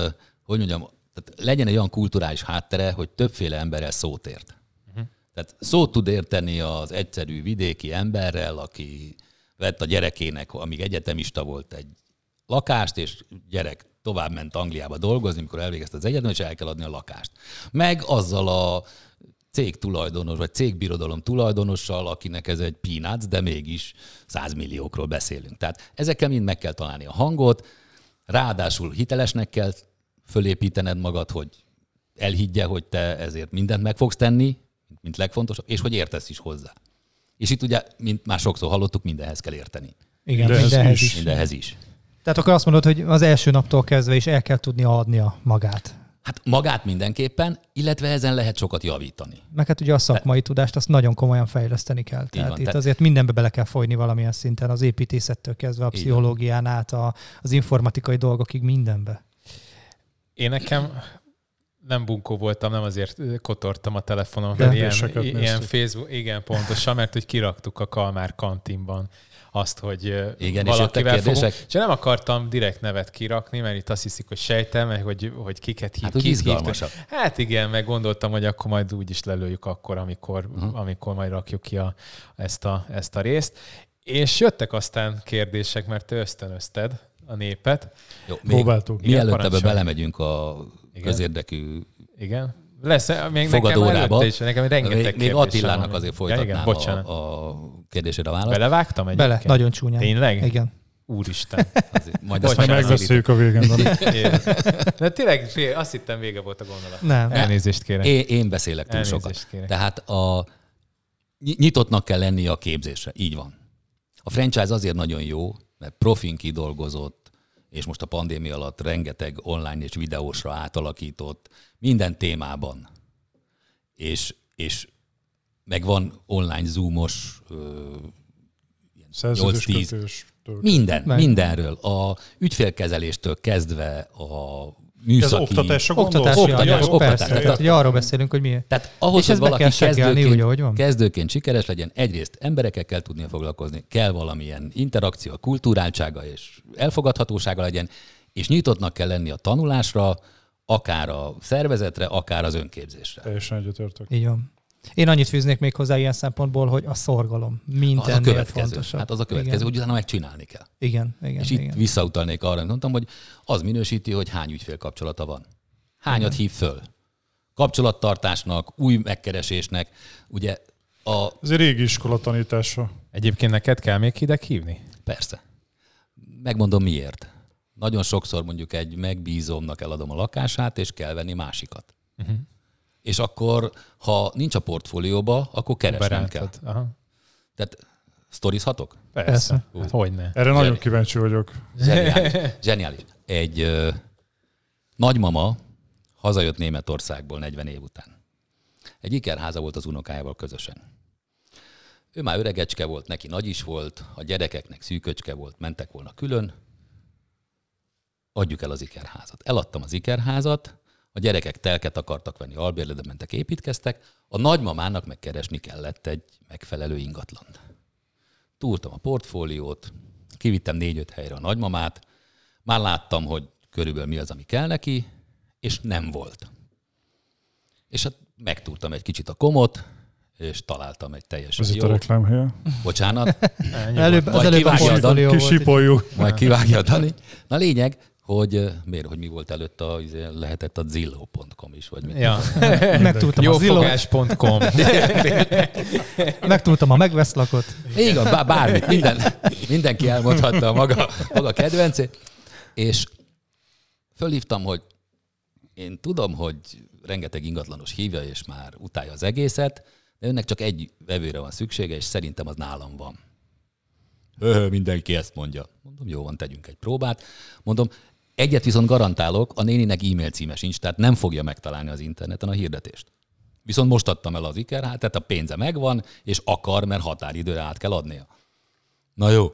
tehát legyen egy olyan kulturális háttere, hogy többféle emberrel szót ért. Tehát szót tud érteni az egyszerű vidéki emberrel, aki vett a gyerekének, amíg egyetemista volt, egy lakást, és gyerek tovább ment Angliába dolgozni, mikor elvégezte az egyetemet, és el kell adni a lakást. Meg azzal a cégtulajdonos, vagy cégbirodalom tulajdonossal, akinek ez egy peanuts, de mégis 100 milliókról beszélünk. Tehát ezekkel mind meg kell találni a hangot, ráadásul hitelesnek kell fölépítened magad, hogy elhiggye, hogy te ezért mindent meg fogsz tenni, mint legfontosabb, és hogy értesz is hozzá. És itt ugye, mint már sokszor hallottuk, mindenhez kell érteni. Igen, Mindenhez is. Tehát akkor azt mondod, hogy az első naptól kezdve is el kell tudnia adnia magát. Hát magát mindenképpen, illetve ezen lehet sokat javítani. Meg hát ugye a szakmai tudást azt nagyon komolyan fejleszteni kell. Tehát itt azért mindenbe bele kell folyni valamilyen szinten, az építészettől kezdve a pszichológián át, az informatikai dolgokig mindenbe. Én nekem nem bunkó voltam, nem azért kotortam a telefonon, mert ilyen Facebook, igen, pontosan, mert hogy kiraktuk a Kalmár kantinban azt, hogy igen, valakivel fogunk. És nem akartam direkt nevet kirakni, mert itt azt hiszik, hogy sejtem, hogy kiket hív. Hát, hogy izgalmasabb. Hát igen, meg gondoltam, hogy akkor majd úgy is lelőjük akkor, amikor majd rakjuk ki ezt a részt. És jöttek aztán kérdések, mert te ösztönözted a népet. Jó, mielőtt ebbe belemegyünk a közérdekű lesz, még fogadórába. Nekem rengeteg még Attilának azért folytatnám a kérdésére a választ. Belevágtam egyébként? Bele, nagyon csúnyán. Tényleg? Igen. Úristen. Majd ezt megbeszéljük a végén. De tényleg azt hittem vége volt a gondolat. Nem. Elnézést kérek. Én beszélek túl sokat. Tehát nyitottnak kell lenni a képzésre. Így van. A franchise azért nagyon jó, mert profin kidolgozott, és most a pandémia alatt rengeteg online és videósra átalakított minden témában. És meg van online zoomos 8-10. Mindenről. A ügyfélkezeléstől kezdve a műszaki... Ez oktatásra oktatás. Tehát arról beszélünk, hogy miért. Tehát ahhoz, és hogy valaki úgy, kezdőként sikeres legyen, egyrészt emberekkel kell tudnia foglalkozni, kell valamilyen interakció, kulturáltsága és elfogadhatósága legyen, és nyitottnak kell lenni a tanulásra, akár a szervezetre, akár az önképzésre. Teljesen egyetértek. Így van. Én annyit fűznék még hozzá ilyen szempontból, hogy a szorgalom mindennél fontosabb. Hát az a következő, hogy utána megcsinálni kell. Igen. És itt visszautalnék arra, amit mondtam, hogy az minősíti, hogy hány ügyfélkapcsolata van. Hányat hív föl. Kapcsolattartásnak, új megkeresésnek. Ugye ez egy régi iskola tanítása. Egyébként neked kell még hideg hívni? Persze. Megmondom miért. Nagyon sokszor mondjuk egy megbízómnak eladom a lakását, és kell venni másikat. Uh-huh. És akkor, ha nincs a portfólióba, akkor keresnem kell. Aha. Tehát sztorizhatok? Persze. Hát hogyne. Erre nagyon kíváncsi vagyok. Zseniális. Egy nagymama hazajött Németországból 40 év után. Egy ikerháza volt az unokájával közösen. Ő már öregecske volt, neki nagy is volt, a gyerekeknek szűköcske volt, mentek volna külön. Adjuk el az ikerházat. Eladtam az ikerházat, a gyerekek telket akartak venni, albérletbe mentek, építkeztek, a nagymamának megkeresni kellett egy megfelelő ingatlant. Túrtam a portfóliót, kivittem 4-5 helyre a nagymamát, már láttam, hogy körülbelül mi az, ami kell neki, és nem volt. És hát megtúrtam egy kicsit a komot, és találtam egy teljesen ez jó... Ez itt a reklámhelye. Bocsánat. Előbb a portfólió volt. Kisipoljuk. Majd kivágja a Dani. Na lényeg, hogy miért, hogy mi volt előtt, lehetett a Zillow.com is, vagy mi? Ja. Megtudtam a Zillow. Jófogás.com. Megtudtam a megveszlakot. Igen, bármit, mindenki elmondhatta a maga kedvencét. És fölhívtam, hogy én tudom, hogy rengeteg ingatlanos hívja, és már utálja az egészet, de önnek csak egy vevőre van szüksége, és szerintem az nálam van. Mindenki ezt mondja. Mondom, jó van, tegyünk egy próbát. Mondom, egyet viszont garantálok, a néninek e-mail címe sincs, tehát nem fogja megtalálni az interneten a hirdetést. Viszont most adtam el az ikerházat, tehát a pénze megvan, és akar, mert határidőre át kell adnia. Na jó.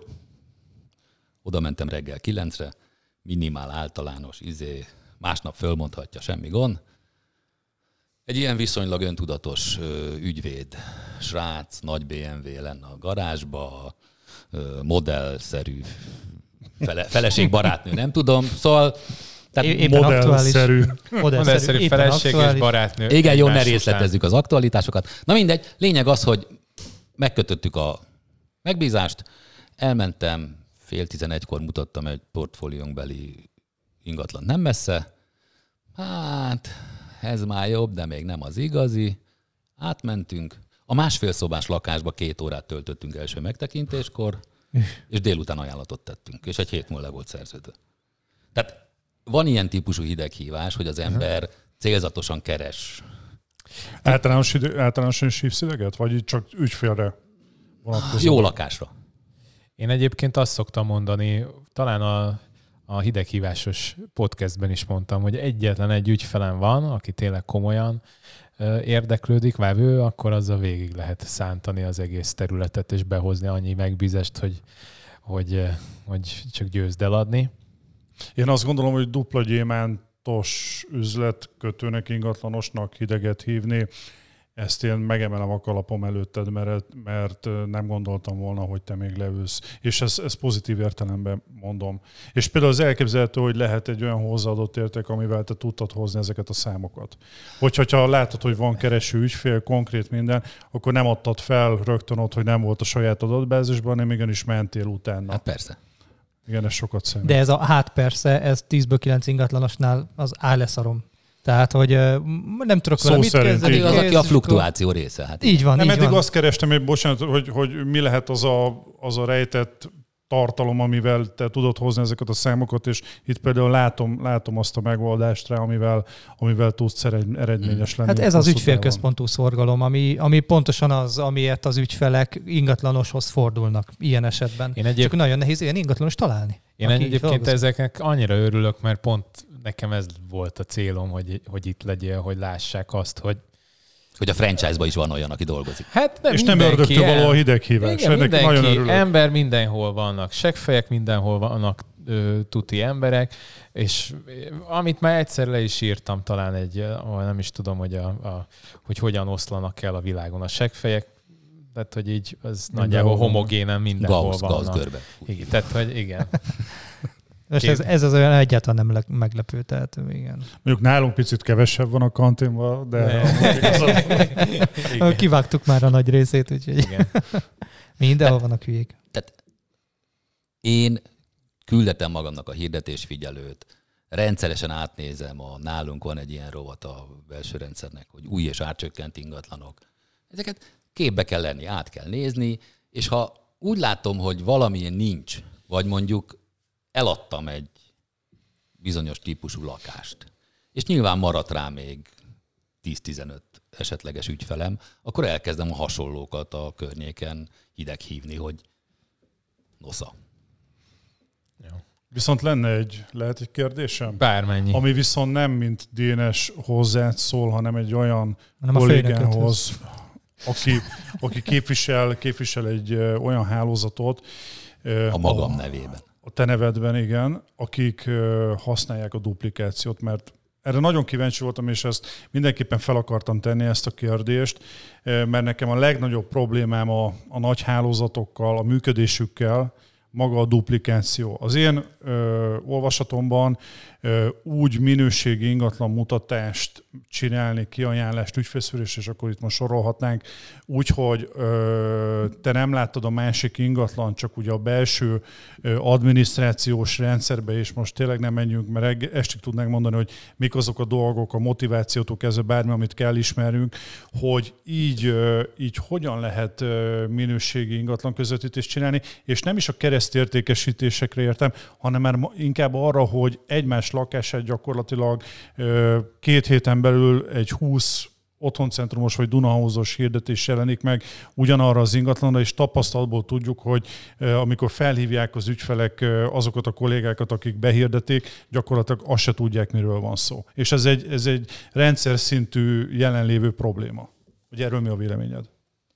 Oda mentem reggel 9-re, minimál általános, másnap fölmondhatja, semmi gond. Egy ilyen viszonylag öntudatos ügyvéd, srác, nagy BMW lenne a garázsba, modellszerű feleség barátnő, nem tudom. Szóval modellszerű feleség és barátnő. Igen, jó, ne részletezzük az aktualitásokat. Na mindegy, lényeg az, hogy megkötöttük a megbízást, elmentem, 10:30-kor mutattam egy portfóliónkbeli ingatlan nem messze. Hát, ez már jobb, de még nem az igazi. Átmentünk. A 1,5 szobás lakásba 2 órát töltöttünk első megtekintéskor, és délután ajánlatot tettünk, és egy hét múlva le volt szerződve. Tehát van ilyen típusú hideghívás, hogy az ember célzatosan keres. Általánosan is hívsz ideget? Vagy csak ügyfélre vonatkozó? Jó lakásra. Én egyébként azt szoktam mondani, talán a hideghívásos podcastben is mondtam, hogy egyetlen egy ügyfelem van, aki tényleg komolyan érdeklődik, vevő, akkor azzal végig lehet szántani az egész területet, és behozni annyi megbízást, hogy csak győzd eladni. Én azt gondolom, hogy dupla gyémántos üzletkötőnek, ingatlanosnak hideget hívni, ezt én megemelem a kalapom előtted, mert nem gondoltam volna, hogy te még leülsz. És ez pozitív értelemben mondom. És például az elképzelhető, hogy lehet egy olyan hozzáadott érték, amivel te tudtad hozni ezeket a számokat. Hogyha látod, hogy van kereső ügyfél, konkrét minden, akkor nem adtad fel rögtön ott, hogy nem volt a saját adatbázisban, hanem igenis mentél utána. Hát persze. Igen, ez sokat számít. De ez persze, ez 10-ből 9 ingatlanosnál az álleszarom. Tehát, hogy nem tudok vele mit kezdeni. Az, aki a fluktuáció része. Hát így van, nem, így eddig van. azt kerestem, hogy bocsánat, hogy mi lehet az a rejtett tartalom, amivel te tudod hozni ezeket a számokat, és itt például látom azt a megoldást rá, amivel tudsz eredményes lenni. Hát ez az ügyfélközpontú szorgalom, ami pontosan az, amiért az ügyfelek ingatlanoshoz fordulnak ilyen esetben. Csak nagyon nehéz ilyen ingatlanos találni. Én egyébként ezeknek annyira örülök, mert pont nekem ez volt a célom, hogy itt legyél, hogy lássák azt, hogy a franchise-ban is van olyan, aki dolgozik. Hát és nem ördögtől való a hideghívás. Igen, mindenki, ember mindenhol vannak, seggfejek mindenhol vannak, tuti emberek, és amit már egyszer le is írtam, talán nem is tudom, hogy hogyan oszlanak el a világon a seggfejek, tehát, hogy így az nagyjából homogénen mindenhol vannak. Gauss körbe. Igen, tehát, hogy igen. Most ez az olyan egyáltalán nem meglepő, tehát igen. Mondjuk nálunk picit kevesebb van a kantinban, de... Kivágtuk már a nagy részét, úgyhogy igen. Mindenhol vannak hülyék. Tehát én küldetem magamnak a hirdetésfigyelőt, rendszeresen átnézem, nálunk van egy ilyen rovat a belső rendszernek, hogy új és árcsökkent ingatlanok. Ezeket képbe kell lenni, át kell nézni, és ha úgy látom, hogy valamilyen nincs, vagy mondjuk eladtam egy bizonyos típusú lakást, és nyilván maradt rá még 10-15 esetleges ügyfelem, akkor elkezdem a hasonlókat a környéken hideghívni, hogy nosza. Viszont lehet egy kérdésem? Bármennyi. Ami viszont nem mint Dénes hozzád szól, hanem egy olyan kollégához, aki képvisel egy olyan hálózatot. A magam nevében. A te nevedben, igen, akik használják a duplikációt, mert erre nagyon kíváncsi voltam, és ezt mindenképpen fel akartam tenni, ezt a kérdést, mert nekem a legnagyobb problémám a nagy hálózatokkal, a működésükkel, maga a duplikáció. Az én olvasatomban úgy minőségi ingatlan mutatást csinálni, kiajánlást, ügyfélszűrés, és akkor itt most sorolhatnánk, úgyhogy te nem láttad a másik ingatlan, csak ugye a belső adminisztrációs rendszerbe, és most tényleg nem menjünk, mert estig tudnánk mondani, hogy mik azok a dolgok, a motivációtól kezdve bármi, amit kell ismerünk, hogy így hogyan lehet minőségi ingatlan közvetítést csinálni, és nem is a keresztértékesítésekre értem, hanem már inkább arra, hogy egymás lakását gyakorlatilag 2 héten belül egy 20 otthoncentrumos vagy Dunahauzos hirdetés jelenik meg ugyanarra az ingatlanra, és tapasztalatból tudjuk, hogy amikor felhívják az ügyfelek azokat a kollégákat, akik behirdetik, gyakorlatilag azt se tudják, miről van szó. És ez egy rendszer szintű jelenlévő probléma. Hogy erről mi a véleményed?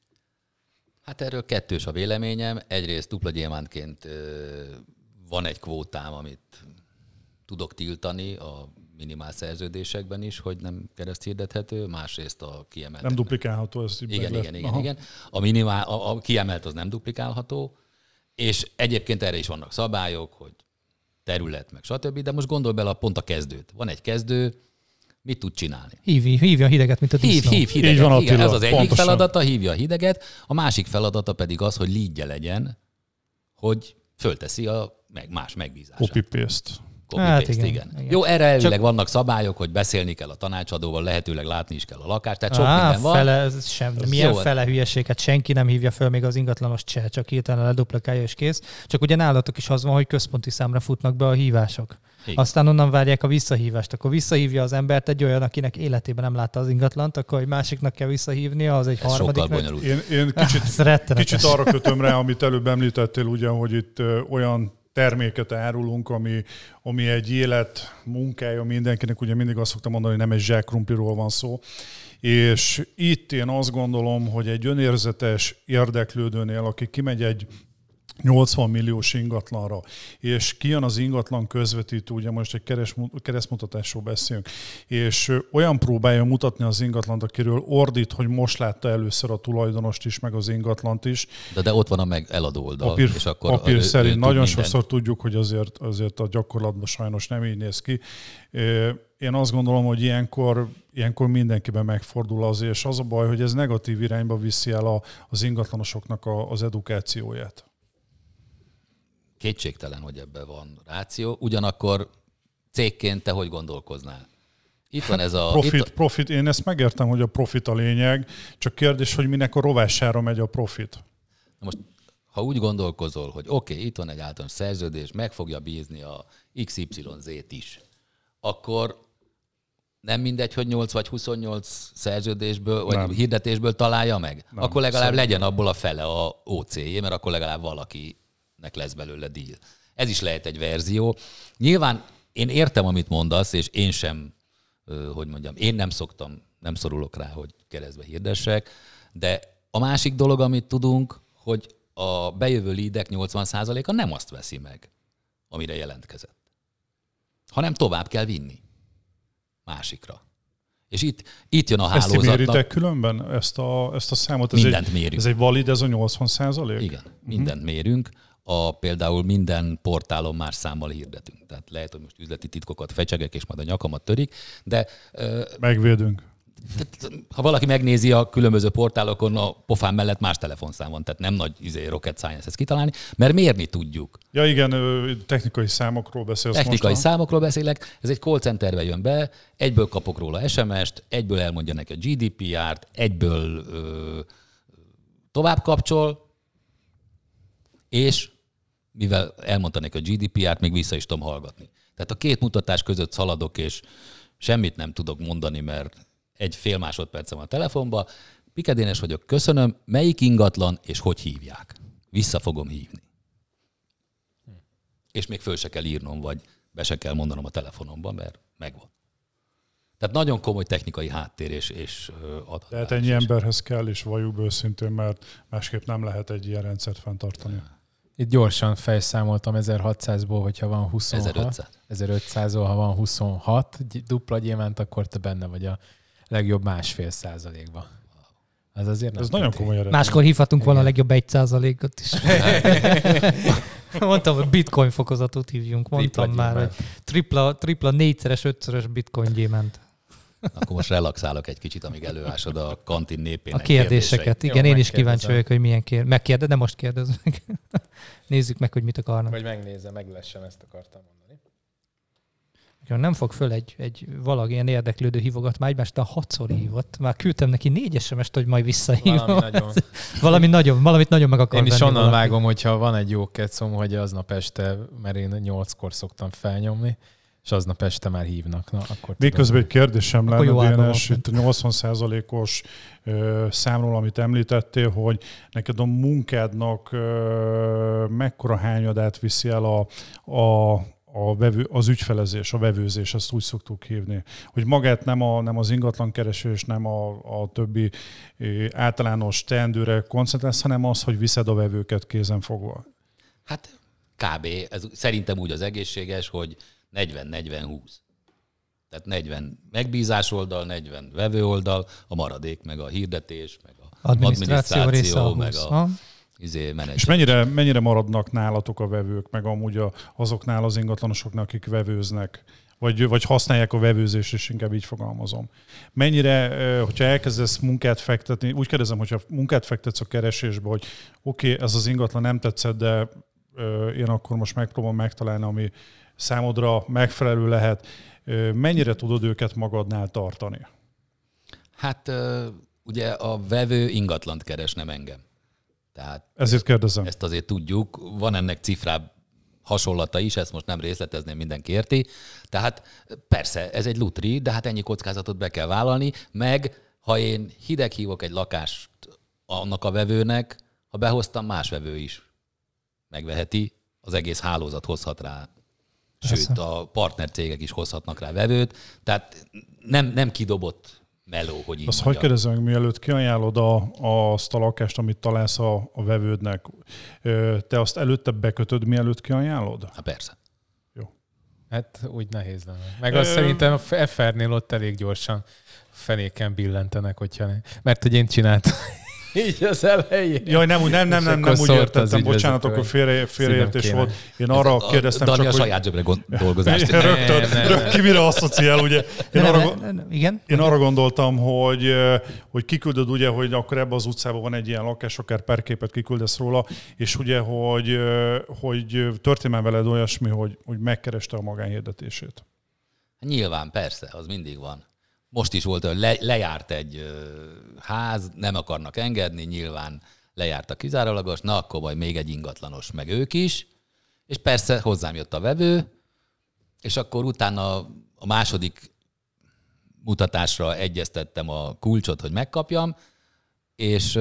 Hát erről kettős a véleményem. Egyrészt dupla gyémántként van egy kvótám, amit tudok tiltani a minimál szerződésekben is, hogy nem kereszthirdethető, másrészt a kiemelt. Nem duplikálható, ez igen. A kiemelt az nem duplikálható, és egyébként erre is vannak szabályok, hogy terület, meg stb., de most gondolj bele pont a kezdőt. Van egy kezdő, mit tud csinálni? Hívja a hideget, mint a disznó. Hív hideget. Így van, Attila, igen, ez az egyik pontosan. feladata, hívja a hideget, a másik feladata pedig az, hogy leadje legyen, hogy fölteszi a más megbízását. Copy-paste. Hát igen. Jó, erre elvileg vannak szabályok, hogy beszélni kell a tanácsadóval, lehetőleg látni is kell a lakást, tehát sok minden van. Milyen fele hülyeséget, senki nem hívja föl még az ingatlanos se, csak hirtelen leduplikálja és kész. Csak ugye nálatok is az van, hogy központi számra futnak be a hívások. Igen. Aztán onnan várják a visszahívást. Akkor visszahívja az embert egy olyan, akinek életében nem látta az ingatlant, akkor egy másiknak kell visszahívnia, az egy harmadiknak. Én kicsit arra kötöm rá, amit előbb említettél, ugye, hogy itt olyan terméket árulunk, ami egy élet munkája mindenkinek, ugye mindig azt szoktam mondani, hogy nem egy zsákrumpliról van szó. És itt én azt gondolom, hogy egy önérzetes érdeklődőnél, aki kimegy egy 80 milliós ingatlanra, és kijön az ingatlan közvetítő, ugye most egy keresztmutatásról beszélünk, és olyan próbálja mutatni az ingatlant, akiről ordít, hogy most látta először a tulajdonost is, meg az ingatlant is. De ott van a meg eladó oldal. És akkor papír szerint nagyon sokszor tudjuk, hogy azért a gyakorlatban sajnos nem így néz ki. Én azt gondolom, hogy ilyenkor mindenkiben megfordul az, és az a baj, hogy ez negatív irányba viszi el az ingatlanosoknak az edukációját. Kétségtelen, hogy ebben van ráció. Ugyanakkor cégként te hogy gondolkoznál? Itt van ez a... Profit. Én ezt megértem, hogy a profit a lényeg, csak kérdés, hogy minek a rovására megy a profit. Most ha úgy gondolkozol, hogy oké, itt van egy általános szerződés, meg fogja bízni a XYZ-t is, akkor nem mindegy, hogy 8 vagy 28 szerződésből, vagy hirdetésből találja meg? Nem, akkor legalább legyen abból a fele a OC-jé, mert akkor legalább valakinek lesz belőle deal. Ez is lehet egy verzió. Nyilván én értem, amit mondasz, és én sem, én nem szorulok rá, hogy keresztbe hirdessek, de a másik dolog, amit tudunk, hogy a bejövő leadek 80%-a nem azt veszi meg, amire jelentkezett, hanem tovább kell vinni másikra. És itt jön a hálózatnak. Ezt méritek különben, ezt a számot? Mindent mérünk. Ez egy valid, ez a 80%? Igen, mindent mérünk. Például minden portálon más számmal hirdetünk. Tehát lehet, hogy most üzleti titkokat fecsegek, és majd a nyakamat törik, de... Megvédünk. Ha valaki megnézi a különböző portálokon, a pofám mellett más telefonszám van, tehát nem nagy rocket science ezt kitalálni, mert mérni tudjuk. Ja igen, technikai számokról beszélsz most. Technikai számokról beszélek, ez egy call centerbe jön be, egyből kapok róla SMS-t, egyből elmondja neki a GDPR-t, egyből tovább kapcsol, és mivel elmondta neki a GDPR-t, még vissza is tudom hallgatni. Tehát a két mutatás között szaladok, és semmit nem tudok mondani, mert egy fél másodpercem a telefonba. Pikedénes vagyok, köszönöm. Melyik ingatlan, és hogy hívják? Vissza fogom hívni. És még föl se kell írnom, vagy be se kell mondanom a telefonomba, mert megvan. Tehát nagyon komoly technikai háttér és adat. Tehát ennyi emberhez kell, és valljuk őszintén, mert másképp nem lehet egy ilyen rendszert fenntartani. Itt gyorsan fejszámoltam 1600-ból, hogyha van 26. 1500-ból, ha van 26 dupla gyémánt, akkor te benne vagy a legjobb 1,5%-ba. Ez azért ez nagyon komoly eredmény. Máskor hívhatunk volna a legjobb 1%-ot is. Mondtam, hogy bitcoin fokozatot hívjunk. Mondtam már, hogy tripla, négyszeres, ötszörös bitcoin gyémánt. Akkor most relaxálok egy kicsit, amíg előásod a kantin népének a kérdéseket. Igen, én is kíváncsi vagyok, hogy milyen Megkérdez, de most kérdez meg. Nézzük meg, hogy mit akarnak. Vagy megnézem, meglessem, ezt akartam mondani. Nem fog föl egy valaki ilyen érdeklődő hívogat, már egymást a 6-szor hívott. Már küldtem neki 4 SMS-t, hogy majd visszahívom. Valamit nagyon meg akar. Én is onnan vágom, hogyha van egy jó kecom, hogy aznap este, mert én 8-kor szoktam felnyomni, és aznap este már hívnak. Na, akkor miközben egy kérdésem lenne, Dénes, itt a 80%-os számról, amit említettél, hogy neked a munkádnak mekkora hányadát viszi el az ügyfelezés, a vevőzés, ezt úgy szoktuk hívni. Hogy magát nem az ingatlankeresés, nem a többi általános teendőre koncentrálsz, hanem az, hogy viszed a vevőket kézen fogva. Hát kb. Ez szerintem úgy az egészséges, hogy 40-40-20. Tehát 40 megbízás oldal, 40 vevő oldal, a maradék, meg a hirdetés, meg a adminisztráció, meg a és mennyire maradnak nálatok a vevők, meg amúgy azoknál az ingatlanosoknál, akik vevőznek, vagy használják a vevőzést, és inkább így fogalmazom. Mennyire, hogyha elkezdesz munkát fektetni, úgy kérdezem, hogyha munkát fektetsz a keresésbe, hogy oké, ez az ingatlan nem tetszett, de én akkor most megpróbálom megtalálni, ami számodra megfelelő lehet. Mennyire tudod őket magadnál tartani? Hát ugye a vevő ingatlant keres, nem engem. Tehát ezért kérdezem. Ezt azért tudjuk. Van ennek cifrább hasonlata is, ezt most nem részletezném, mindenki érti. Tehát persze, ez egy lutri, de hát ennyi kockázatot be kell vállalni, meg ha én hideg hívok egy lakást annak a vevőnek, ha behoztam, más vevő is megveheti, az egész hálózat hozhat rá. Sőt, a partnercégek is hozhatnak rá vevőt. Tehát nem kidobott meló, hogy így azt hogy kérdezem meg, mielőtt kiajánlod azt a lakást, amit találsz a vevődnek, te azt előtte bekötöd, mielőtt kiajánlod? Hát persze. Jó. Hát úgy nehéz lenne. Meg azt szerintem a FR-nél ott elég gyorsan fenéken billentenek, hogyha ne. Mert hogy én csináltam így az elején. Jaj, nem úgy értettem, bocsánat, akkor félreértés volt. Én arra kérdeztem Dani csak, a saját zsebre dolgozást. Rögtön ki mire asszociál, ugye? Én arra gondoltam, hogy kiküldöd, ugye, hogy akkor ebben az utcában van egy ilyen lakás, akár párképet kiküldesz róla, és ugye, hogy történt veled olyasmi, hogy megkereste a magánhirdetését. Nyilván, persze, az mindig van. Most is volt, hogy lejárt egy ház, nem akarnak engedni, nyilván lejárt a kizárólagos, na akkor majd még egy ingatlanos, meg ők is, és persze hozzám jött a vevő, és akkor utána a második mutatásra egyeztettem a kulcsot, hogy megkapjam, és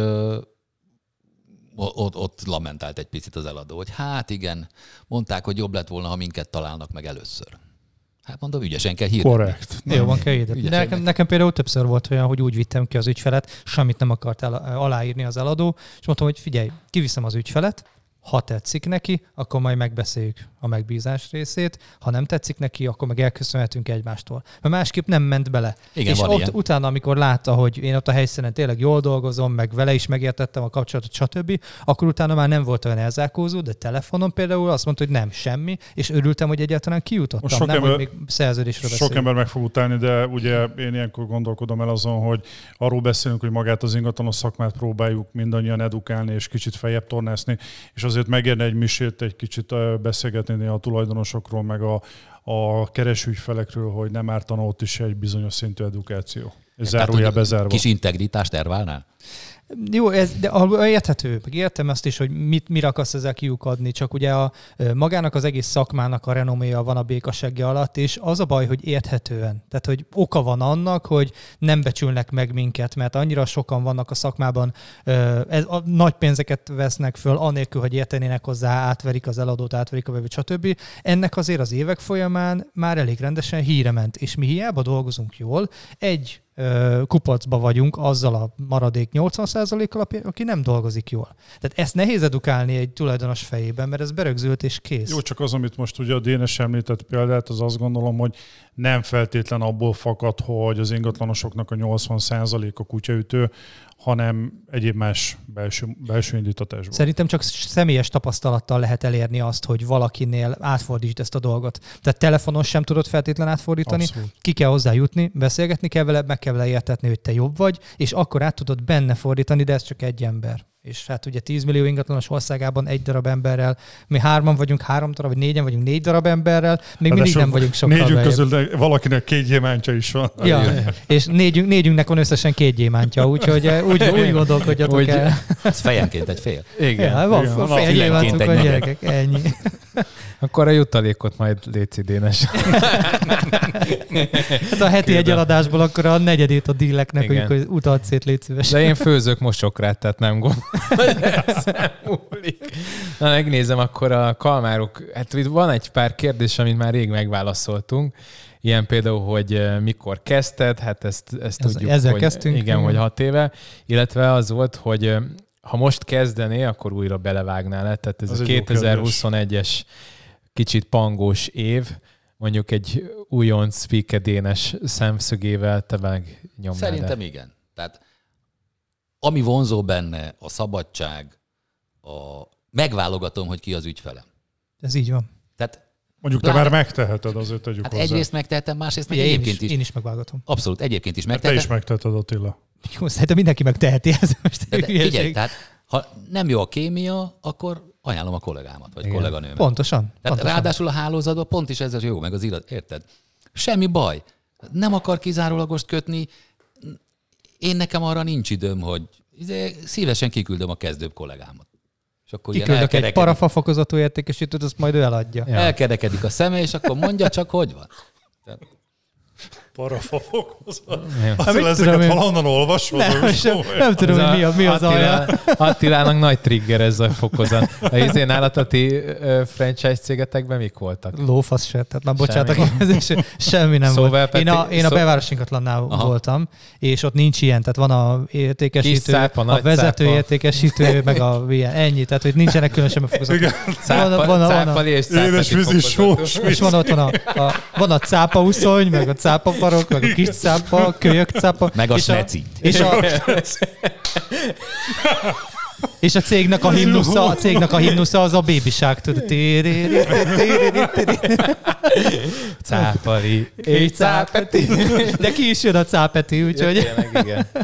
ott lamentált egy picit az eladó, hogy hát igen, mondták, hogy jobb lett volna, ha minket találnak meg először. Hát mondom, ügyesen kell hirdetni. Korrekt. Jóban kell hirdetni. Nekem például többször volt olyan, hogy úgy vittem ki az ügyfelet, semmit nem akart aláírni az eladó, és mondtam, hogy figyelj, kiviszem az ügyfelet, ha tetszik neki, akkor majd megbeszéljük a megbízás részét, ha nem tetszik neki, akkor meg elköszönhetünk egymástól. Mert másképp nem ment bele. Igen, és van ott ilyen. Utána, amikor látta, hogy én ott a helyszínen tényleg jól dolgozom, meg vele is megértettem a kapcsolatot, stb., akkor utána már nem volt olyan elzárkózó, de telefonon például azt mondta, hogy nem, semmi, és örültem, hogy egyáltalán kijutottam, nem, hogy még szerződésről beszélünk. Sok ember meg fog utálni, de ugye én ilyenkor gondolkodom el azon, hogy arról beszélünk, hogy magát az ingatlanos szakmát próbáljuk mindannyian edukálni, és kicsit feljebb tornászni, és azért megérne egy misét, egy kicsit beszélgetni a tulajdonosokról, meg a keresőügyfelekről, hogy nem ártana ott is egy bizonyos szintű edukáció. És zárójel bezárva. Kis integritást erválnál? Jó, de érthető, meg értem azt is, hogy mire akarsz ezzel kiukadni, csak ugye magának az egész szakmának a renoméja van a békasegge alatt, és az a baj, hogy érthetően. Tehát, hogy oka van annak, hogy nem becsülnek meg minket, mert annyira sokan vannak a szakmában, nagy pénzeket vesznek föl, anélkül, hogy értenének hozzá, átverik az eladót, átverik a vevőt, stb. Ennek azért az évek folyamán már elég rendesen híre ment, és mi hiába dolgozunk jól, egy kupacba vagyunk azzal a maradék 80%-kal, aki nem dolgozik jól. Tehát ezt nehéz edukálni egy tulajdonos fejében, mert ez berögzült és kész. Jó, csak az, amit most ugye a Dénes említett példát, az azt gondolom, hogy nem feltétlen abból fakad, hogy az ingatlanosoknak a 80%-a kutyaütő, hanem egyéb más belső indítatásból. Szerintem csak személyes tapasztalattal lehet elérni azt, hogy valakinél átfordítsd ezt a dolgot. Tehát telefonon sem tudod feltétlen átfordítani, Abszolút. Ki kell hozzá jutni, beszélgetni kell vele, meg kell vele értetni, hogy te jobb vagy, és akkor át tudod benne fordítani, de ez csak egy ember. És hát ugye 10 millió ingatlanos országában egy darab emberrel, mi 3 vagyunk 3 darab, vagy 4 vagyunk 4 darab emberrel, még mindig nem vagyunk sokkal Négyünk beljebb. közül valakinek 2 gyémántja is van. Ja, és négyünknek van összesen 2 gyémántja, úgyhogy úgy gondolkodjatok el. Ez fejenként egy fél. Igen. Ja, van Igen. fél gyémántunk, van gyerekek, ennyi. Akkor a jutalékot majd légy Dénes. Hát a heti egy eladásból akkor a negyedét a díleknek, Igen. hogy utalt szét, légy szíves. De én főzök mosokrát, tehát nem gondolom, hogy ezen múlik. Na, megnézem akkor a kalmárok. Hát itt van egy pár kérdés, amit már rég megválaszoltunk. Ilyen például, hogy mikor kezdted, hát ezt tudjuk, ezzel hogy kezdtünk. igen, hogy 6 éve. Illetve az volt, hogy ha most kezdené, akkor újra belevágnál. Tehát ez Az a egy jó 2021-es kicsit pangós év, mondjuk egy újonc Dénes szemszögével te megnyomnád. Szerintem igen. Tehát ami vonzó benne, a szabadság, megválogatom, hogy ki az ügyfelem. Ez így van. Tehát Mondjuk te már megteheted, azért tegyük hát hozzá. egyrészt megtehetem, másrészt meg Ugye, egyébként is. én is megválogatom. Abszolút, egyébként is Te megtehetem. is megteheted, Attila. Jó, szerintem mindenki megteheti ezt most. De figyelj, tehát ha nem jó a kémia, akkor ajánlom a kollégámat, vagy Igen. kolléganőmet. Pontosan. Tehát pontosan. ráadásul a hálózatban pont is ez az jó, meg az illat, érted? Semmi baj. Nem akar kizárólagost kötni. Én nekem arra nincs időm, hogy szívesen kiküldöm a kezdőbb kollégámat. És akkor ilyen Kiküldök egy elkerekedik, parafafokozatú értékesítőt, azt majd ő eladja. Ja. elkerekedik a szeme, és akkor mondja csak, hogy van. Tehát, Parafafokozat. Ja. Azért mit ezeket tudom én. valahonnan olvasod? Nem tudom, hogy mi az alja. Attilának nagy trigger ez a fokozat. Nálat a ti franchise cégetekben mik voltak? Lófasz se, tehát már bocsánat, semmi nem Szóval volt. Peti- Én a belváros ingatlannál voltam, és ott nincs ilyen, tehát van a értékesítő, Kis cápa, a nagy vezető cápa. értékesítő, meg a ilyen, ennyi, tehát hogy nincsenek különösen fokozatok. Cápali és cápati Édes vízi fokozatos. sós. És van ott van a cápa uszony, meg a cápafarok, meg a kis cápa, a kölyök cápa. meg a és sneci. És a cégnek a himnusza az a Baby Shark, tudod. Cápali és cápeti. De ki is jön a cápeti, úgyhogy... Tényleg, igen.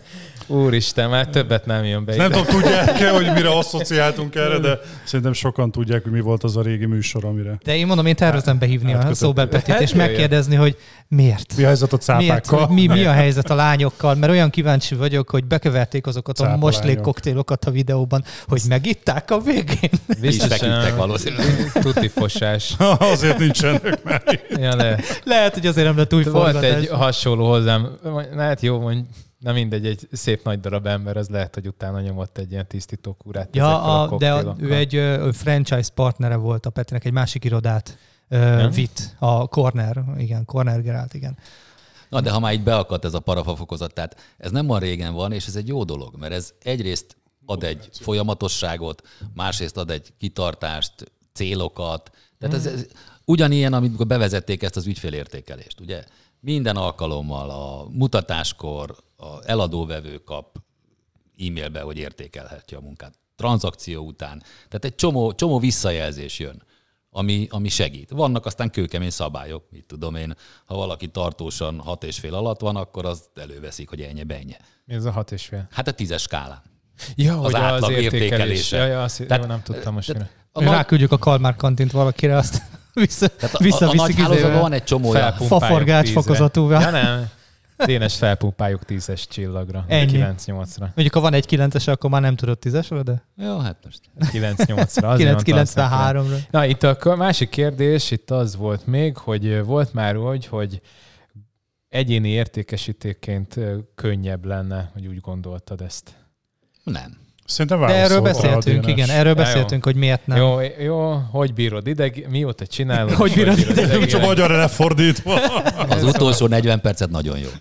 Úristen, már többet nem jön be. Nem tudom, tudják-e, hogy mire asszociáltunk erre, de szerintem sokan tudják, hogy mi volt az a régi műsor, amire. De én mondom, én tervezem behívni a Szóbel Petit, és jöjjön. megkérdezni, hogy miért. Mi a helyzet a cápákkal? Mi a helyzet a lányokkal? Mert olyan kíváncsi vagyok, hogy bekeverték azokat a Cápa moslék lányok. koktélokat a videóban, hogy megitták a végén. Is feküdtek valószínűleg. Tuti fosás. Azért nincsenek már. Ja, Lehet, hogy azért nem lett új volt forgatás. egy hasonló hozzám, hát jó, mondj, nem mindegy, egy szép nagy darab ember, az lehet, hogy utána nyomott egy ilyen tisztítókúrát. Ő egy franchise partnere volt a Petinek, egy másik irodát vitt, a Corner, igen, Corner Gerált, igen. Na, de ha már így beakadt ez a parafafokozat, tehát ez nem olyan régen van, és ez egy jó dolog, mert ez egyrészt ad egy folyamatosságot, másrészt ad egy kitartást, célokat. Tehát ez ugyanilyen, amikor bevezették ezt az ügyfélértékelést, ugye? Minden alkalommal a mutatáskor a eladóvevő kap e-mailbe, hogy értékelhetje a munkát. Tranzakció után. Tehát egy csomó visszajelzés jön, ami segít. Vannak aztán kőkemény szabályok, mit tudom én, ha valaki tartósan 6,5 alatt van, akkor az előveszik, hogy ennyi-bennyi. Mi ez a 6,5? Hát a 10-es skálán. Ja, Az hogy átlag az értékelés. értékelése. Ja, azt Tehát- nem tudtam most. Ráküldjük a Kalmár kantint valakire, azt A nagy hálózatban van egy csomó olyan. Faforgács fokozatú. Ja, nem. Dénes felpumpáljuk 10-es csillagra. Ennyi. 9-8-ra. Mondjuk, ha van egy 9-es, akkor már nem tudod 10-esről, de Jó, hát most. 9-8-ra. 9-93-ra. Na, itt a másik kérdés, itt az volt még, hogy volt már úgy, hogy egyéni értékesítéként könnyebb lenne, hogy úgy gondoltad ezt. Nem. Szerintem De erről válaszolta a beszéltünk, DNS. igen, erről Ja, beszéltünk, hogy miért nem. Jó, hogy bírod ideg, mióta csinálod? Hogy bírod Nem csak magyarra lefordítva. Az utolsó 40 percet nagyon jó.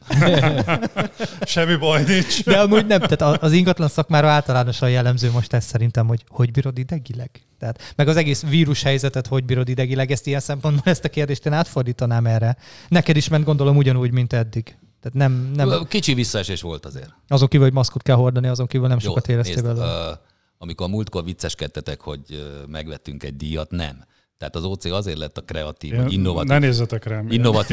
Semmi baj nincs. De amúgy nem, tehát az ingatlan szakmára általánosan jellemző most ez szerintem, hogy bírod idegileg. Tehát, meg az egész vírus helyzetet, hogy bírod idegileg, ezt ilyen szempontból ezt a kérdést én átfordítanám erre. Neked is ment gondolom ugyanúgy, mint eddig. Tehát nem Kicsi visszaesés volt azért. azon kívül, hogy maszkot kell hordani, azon kívül nem sokat éreztél nézd, belőle. amikor a múltkor vicceskedtetek, hogy megvettünk egy díjat, nem. Tehát az OC azért lett a kreatív, vagy Ne innovatív, nézzetek rám.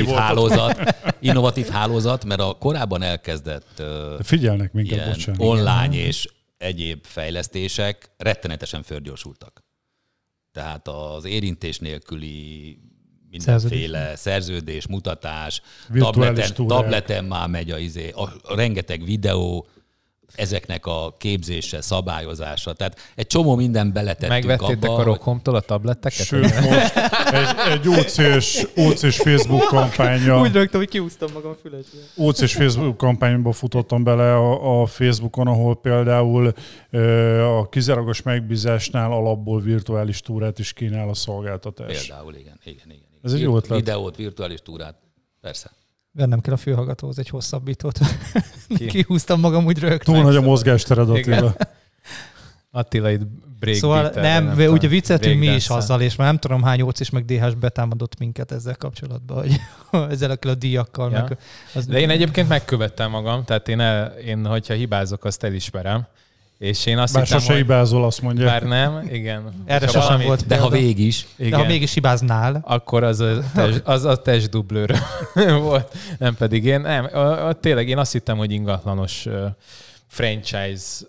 innovatív hálózat, mert a korábban elkezdett Figyelnek minket, ilyen bocsánat. online és egyéb fejlesztések rettenetesen fölgyorsultak. Tehát az érintés nélküli mindenféle szerződés, mutatás, Virtuális túrák. tableten már megy a rengeteg videó, ezeknek a képzése, szabályozása. Tehát egy csomó minden beletettünk Megvettétek abba. a Rockhometól a tabletteket? Sőt, most egy OC-s Facebook kampánya. Úgy rögtön, hogy kiúztam magam fület. OC-s Facebook kampányba futottam bele a Facebookon, ahol például a kizárólagos megbízásnál alapból virtuális túrát is kínál a szolgáltatás. Például, igen. Ez egy jó ötlet. Videót, virtuális túrát. Persze. Vennem kell a fülhallgatóhoz egy hosszabbítót. Kihúztam magam úgy rögtön. Túl nagy a mozgástered, Igen. Attila. Attila itt break Szóval beat-el, nem, ugye vicceltünk mi is breakdance-el. azzal, és már nem tudom hány óc is meg DH-s betámadott minket ezzel kapcsolatban, hogy ezzel a díjakkal. Ja. Meg az De én egyébként megkövettem magam, tehát én hogyha hibázok, azt elismerem. És én azt Bár hittem, sose hogy hibázol, azt mondja. bár nem, igen. Erre Ha sosem valamit- volt De ha példa. végig is. De ha Igen. mégis hibáznál, Akkor az a testdublőr volt, nem pedig én. Nem, tényleg én azt hittem, hogy ingatlanos franchise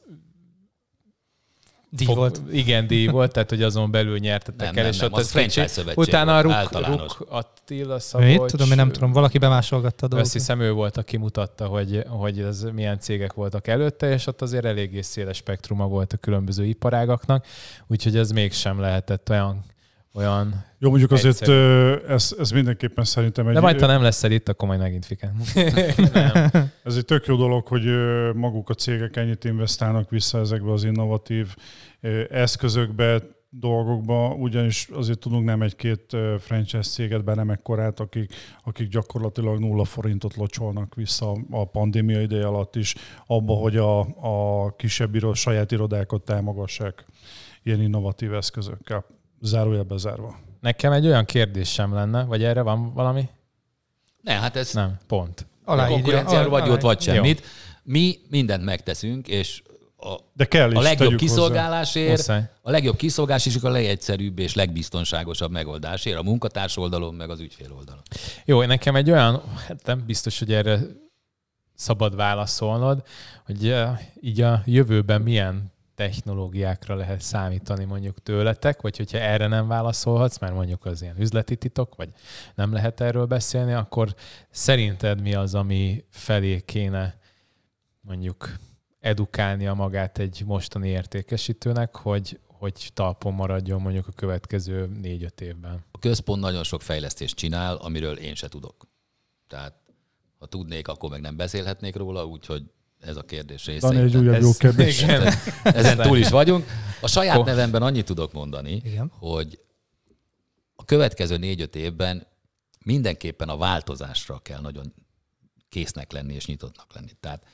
díj volt. Igen, díj volt, tehát hogy azon belül nyertetek el. Nem, és nem, ott az ez franchise kicsit- szövetség Utána volt, a általános. Ruk Attila Szabolcs. Mit? Tudom, én nem tudom, valaki bemásolgatta a dolgot. Azt hiszem ő volt, aki mutatta, hogy ez milyen cégek voltak előtte, és ott azért eléggé széles spektruma volt a különböző iparágaknak, úgyhogy ez mégsem lehetett olyan Jó, mondjuk azért egyszerű. ez mindenképpen szerintem egy... De majd, ha nem leszel itt, akkor majd megint fikán. Nem. Ez egy tök jó dolog, hogy maguk a cégek ennyit investálnak vissza ezekbe az innovatív eszközökbe, dolgokba, ugyanis azért tudunk nem egy-két franchise céget, bár nem ekkorát, akik gyakorlatilag 0 forintot locsolnak vissza a pandémia ideje alatt is, abba, hogy a kisebb saját irodákat támogassák ilyen innovatív eszközökkel. Zárójelbe zárva. Nekem egy olyan kérdésem lenne, vagy erre van valami? Ne, hát ez Nem, pont. Aláírja. konkurenciáról vagy ott, vagy Jó. semmit. Mi mindent megteszünk, és De kell is, a legjobb tegyük hozzá. kiszolgálásért, Muszáj. a legjobb kiszolgálás és a legegyszerűbb és legbiztonságosabb megoldásért a munkatárs oldalon, meg az ügyfél oldalon. Jó, nekem egy olyan, hát nem biztos, hogy erre szabad válaszolnod, hogy így a jövőben milyen technológiákra lehet számítani mondjuk tőletek, vagy hogyha erre nem válaszolhatsz, mert mondjuk az ilyen üzleti titok, vagy nem lehet erről beszélni, akkor szerinted mi az, ami felé kéne mondjuk edukálnia magát egy mostani értékesítőnek, hogy talpon maradjon mondjuk a következő 4-5 évben? A központ nagyon sok fejlesztést csinál, amiről én se tudok. Tehát ha tudnék, akkor meg nem beszélhetnék róla, úgyhogy ez a kérdés része. Dani, egy újabb jó kérdés. Ezen túl is vagyunk. A saját nevemben annyit tudok mondani, Igen. hogy a következő 4-5 évben mindenképpen a változásra kell nagyon késznek lenni és nyitottnak lenni. Tehát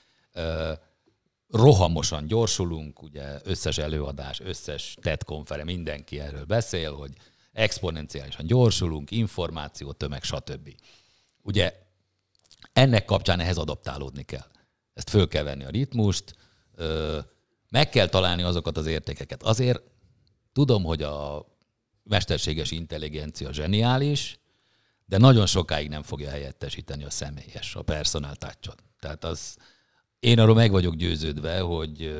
rohamosan gyorsulunk, ugye összes előadás, összes TED konferencia, mindenki erről beszél, hogy exponenciálisan gyorsulunk, információ, tömeg, stb. Ugye ennek kapcsán ehhez adaptálódni kell. Ezt föl kell venni a ritmust, meg kell találni azokat az értékeket. Azért tudom, hogy a mesterséges intelligencia zseniális, de nagyon sokáig nem fogja helyettesíteni a személyes, a personal touch-ot. Tehát én arról meg vagyok győződve, hogy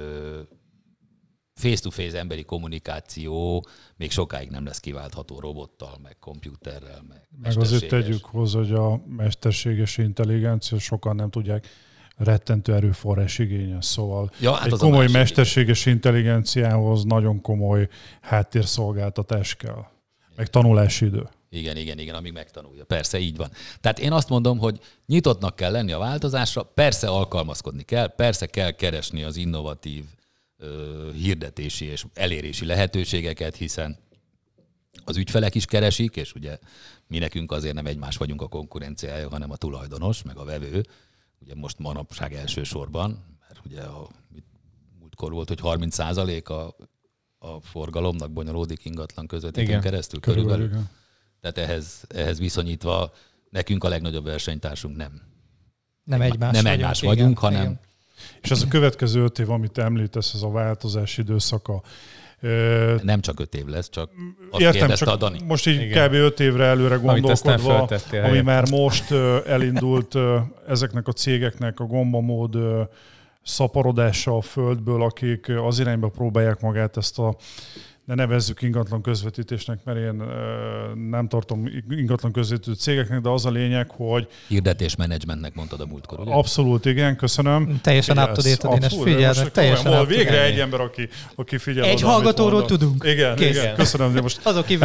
face-to-face emberi kommunikáció még sokáig nem lesz kiváltható robottal, meg kompjúterrel, meg azért tegyük hozzá, hogy a mesterséges intelligencia sokan nem tudják, rettentő erőforrás igényes, szóval egy komoly mesterséges intelligenciához nagyon komoly háttérszolgáltatás kell, meg tanulási idő. Igen, amíg megtanulja. Persze, így van. Tehát én azt mondom, hogy nyitottnak kell lenni a változásra, persze alkalmazkodni kell, persze kell keresni az innovatív hirdetési és elérési lehetőségeket, hiszen az ügyfelek is keresik, és ugye mi nekünk azért nem egymás vagyunk a konkurenciája, hanem a tulajdonos, meg a vevő. Ugye most manapság elsősorban, mert ugye múltkor volt, hogy 30% a forgalomnak bonyolódik ingatlan közvetítőn keresztül körülbelül. Igen. Tehát ehhez viszonyítva nekünk a legnagyobb versenytársunk nem egymás vagyunk, hanem... Igen. És ez a következő 5 év, amit említesz, ez a változás időszaka. Nem csak 5 év lesz, csak azt kérdezte a Dani. Most így kb. 5 évre előre gondolkodva, ami már most elindult ezeknek a cégeknek a gombamód szaporodása a földből, akik az irányba próbálják magát ezt ne nevezzük ingatlan közvetítésnek, mert én nem tartom ingatlan közvetítő cégeknek, de az a lényeg, hogy... Hirdetésmenedzsmentnek mondtad a múltkor, ugye? Abszolút, igen, köszönöm. Teljesen up-to-date-od, én ezt figyelnek. Teljesen végre egy ember, aki figyel. Egy hallgatóról tudunk. Igen, köszönöm, de most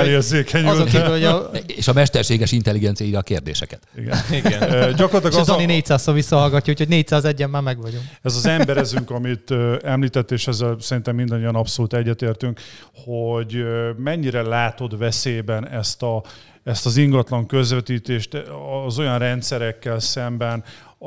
elérzékenyült. És a mesterséges intelligencia írja a kérdéseket. Igen. Gyakorlatilag és Dani 400-szor visszahallgatja, úgyhogy 401-en már meg vagyunk. Ez az emberezünk, amit említett, és ezzel szerintem mindannyian abszolút egyetértünk, hogy mennyire látod veszélyben ezt az ingatlan közvetítést az olyan rendszerekkel szemben,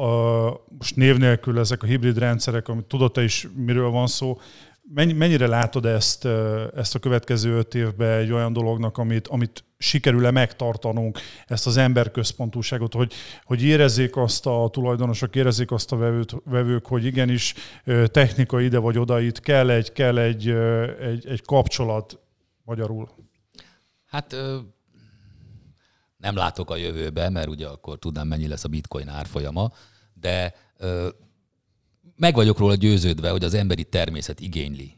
most név nélkül ezek a hibrid rendszerek, amit tudod te is, miről van szó, mennyire látod ezt a következő 5 évben egy olyan dolognak, amit sikerül-e megtartanunk, ezt az emberközpontúságot, hogy érezzék azt a tulajdonosok, érezzék azt a vevők, hogy igenis technika ide vagy oda, itt kell egy kapcsolat magyarul. Hát nem látok a jövőbe, mert ugye akkor tudnám, mennyi lesz a bitcoin árfolyama, de meg vagyok róla győződve, hogy az emberi természet igényli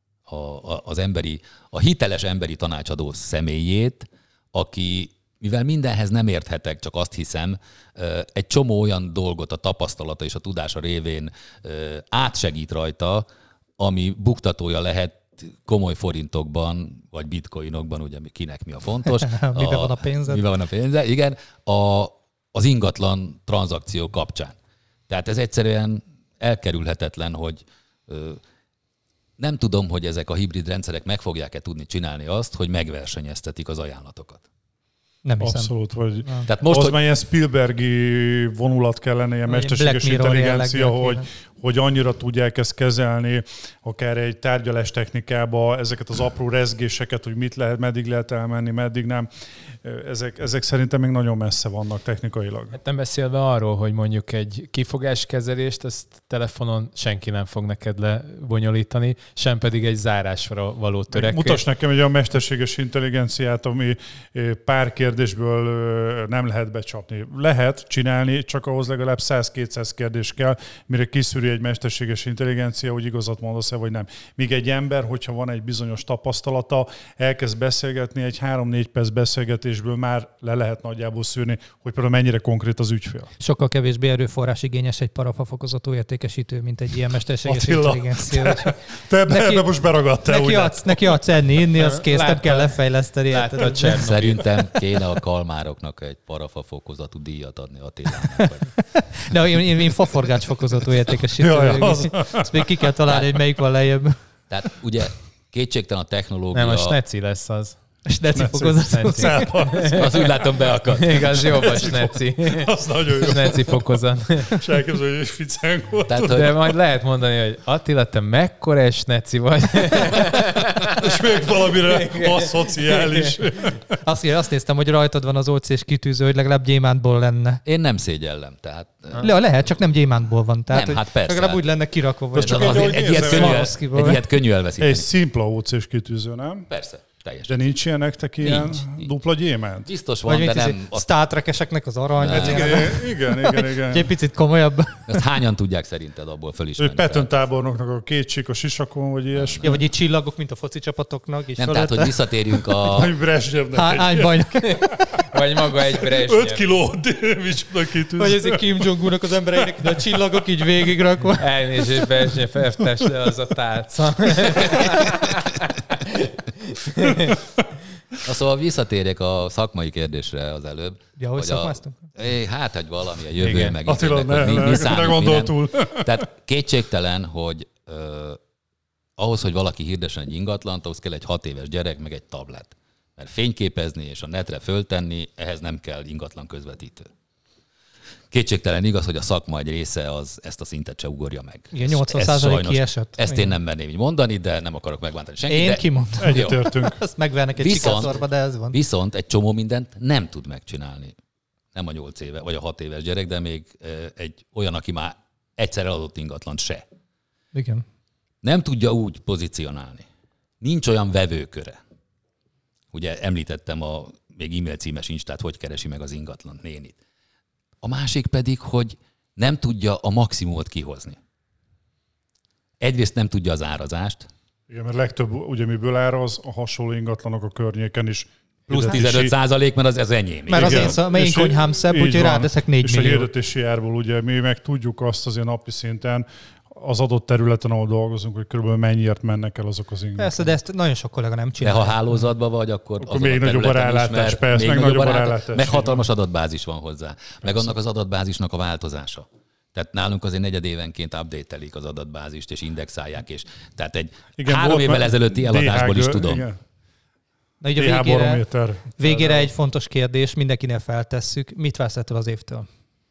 a hiteles emberi tanácsadó személyét, aki, mivel mindenhez nem érthetek, csak azt hiszem, egy csomó olyan dolgot a tapasztalata és a tudása révén átsegít rajta, ami buktatója lehet komoly forintokban, vagy bitcoinokban, ugye kinek mi a fontos. Miben van a pénzed? Miben van a pénze, igen, az ingatlan tranzakció kapcsán. Tehát ez egyszerűen elkerülhetetlen, hogy nem tudom, hogy ezek a hibrid rendszerek meg fogják-e tudni csinálni azt, hogy megversenyeztetik az ajánlatokat. Nem hiszem. Abszolút, vagy tehát most, az már ilyen Spielbergi vonulat kellene, ilyen mesterséges intelligencia, hogy annyira tudják ezt kezelni, akár egy tárgyalás technikába, ezeket az apró rezgéseket, hogy mit lehet, meddig lehet elmenni, meddig nem. Ezek szerintem még nagyon messze vannak technikailag. Hát nem beszélve arról, hogy mondjuk egy kifogáskezelést, ezt telefonon senki nem fog neked lebonyolítani, sem pedig egy zárásra való törekvés. Mutass nekem egy olyan mesterséges intelligenciát, ami pár kérdésből nem lehet becsapni. Lehet csinálni, csak ahhoz legalább 100-200 kérdés kell, mire kiszűri egy mesterséges intelligencia, hogy igazat mondasz-e, vagy nem. Míg egy ember, hogyha van egy bizonyos tapasztalata, elkezd beszélgetni, egy 3-4 perc beszélgetésből már le lehet nagyjából szűrni, hogy például mennyire konkrét az ügyfél. Sokkal kevésbé erőforrás igényes egy parafafokozatú értékesítő, mint egy ilyen mesterséges intelligencia. Te ebbe most beragadtál. Neki adsz enni, inni, az kész, nem kell lefejleszteni. Szerintem kéne a kalmároknak egy parafafokozatú díjat adni Attilának. De én faforgácsfokozatú értékesítő. Ezt még ki kell találni, hogy melyik van lejjebb. Tehát ugye kétségtelen a technológia... Nem, a sneci lesz az. Sneci fokozatú. Az úgy látom beakad. Igaz, jobb a sneci. Az nagyon jó. Sneci fokozat. És elképzelő, hogy ficánk volt. De majd lehet mondani, hogy Attila, te mekkora sneci vagy. És még valamire aszociális. Azt néztem, hogy rajtad van az OC-s kitűző, hogy legalább gyémántból lenne. Én nem szégyellem, tehát... Lehet, csak nem gyémántból van. Tehát, nem, hát persze. Legalább úgy lenne kirakva. Vagy csak egy ilyet könnyű elveszíteni. Egy szimpla OC-s kitűző, nem? Persze. Teljesen. De nincs ilyen nektek ilyen dupla gyémánt? Biztos van, de nem... Star Trek-eseknek az arany. Igen. Egy picit komolyabb. Ezt hányan tudják szerinted abból fölismerni? Patton tábornoknak a két csík a sisakon, vagy ilyesmi. Ja, vagy így csillagok, mint a foci csapatoknak. Nem, tehát, hogy visszatérjünk a... Vagy Brezsnyevnek. Vagy maga egy Brezsnyev. 5 kiló, micsoda kitűző. Vagy ez egy Kim Jong-unnak az embereinek, de a csillagok így végigrakva. Elnézést, Brezsnyev, elvtárs le az a tálca. Szóval visszatérjek a szakmai kérdésre az előbb. Ja, hogy szakmáztunk? Hát, hogy valami a jövő, igen. Meg Attila, ne gondol túl. Tehát kétségtelen, hogy ahhoz, hogy valaki hirdessen egy ingatlant, ahhoz kell egy 6 éves gyerek, meg egy tablet. Mert fényképezni és a netre föltenni, ehhez nem kell ingatlan közvetítő. Kétségtelen igaz, hogy a szakma egy része az ezt a szintet se ugorja meg. Igen, 80% kiesett. Ezt én nem merném így mondani, de nem akarok megvántani senkit. Én kimondtam. Egyetértünk. Azt megvernek egy csikászorba, de ez van. Viszont egy csomó mindent nem tud megcsinálni. Nem a 8 éve, vagy a 6 éves gyerek, de még egy olyan, aki már egyszer eladott ingatlant se. Igen. Nem tudja úgy pozícionálni. Nincs olyan vevőköre. Ugye említettem a még e-mail címes instát, hogy keresi meg az ingatlant nénit. A másik pedig, hogy nem tudja a maximumot kihozni. Egyrészt nem tudja az árazást. Igen, mert legtöbb, ugye miből áraz, a hasonló ingatlanok a környéken is. Plusz 15%, mert az enyém. Mert az én konyhám szebb, úgyhogy ráteszek 4 és millió. És a hirdetési árból ugye mi meg tudjuk azt azért napi szinten, az adott területen, ahol dolgozunk, hogy körülbelül mennyiért mennek el azok az ingatlanok. Persze, de ezt nagyon sok kollega nem csinál. De ha hálózatban vagy, akkor még nagyobb a rálátás, persze, meg nagyobb a rálátás. Meg hatalmas adatbázis van hozzá. Persze. Meg annak az adatbázisnak a változása. Tehát nálunk azért negyedévenként update-elik az adatbázist, és indexálják, és tehát egy 3 évvel ezelőtti eladásból is tudom. Igen. Na így a végére egy fontos kérdés, mindenkinél feltesszük. Mit vársz ettől az évtől?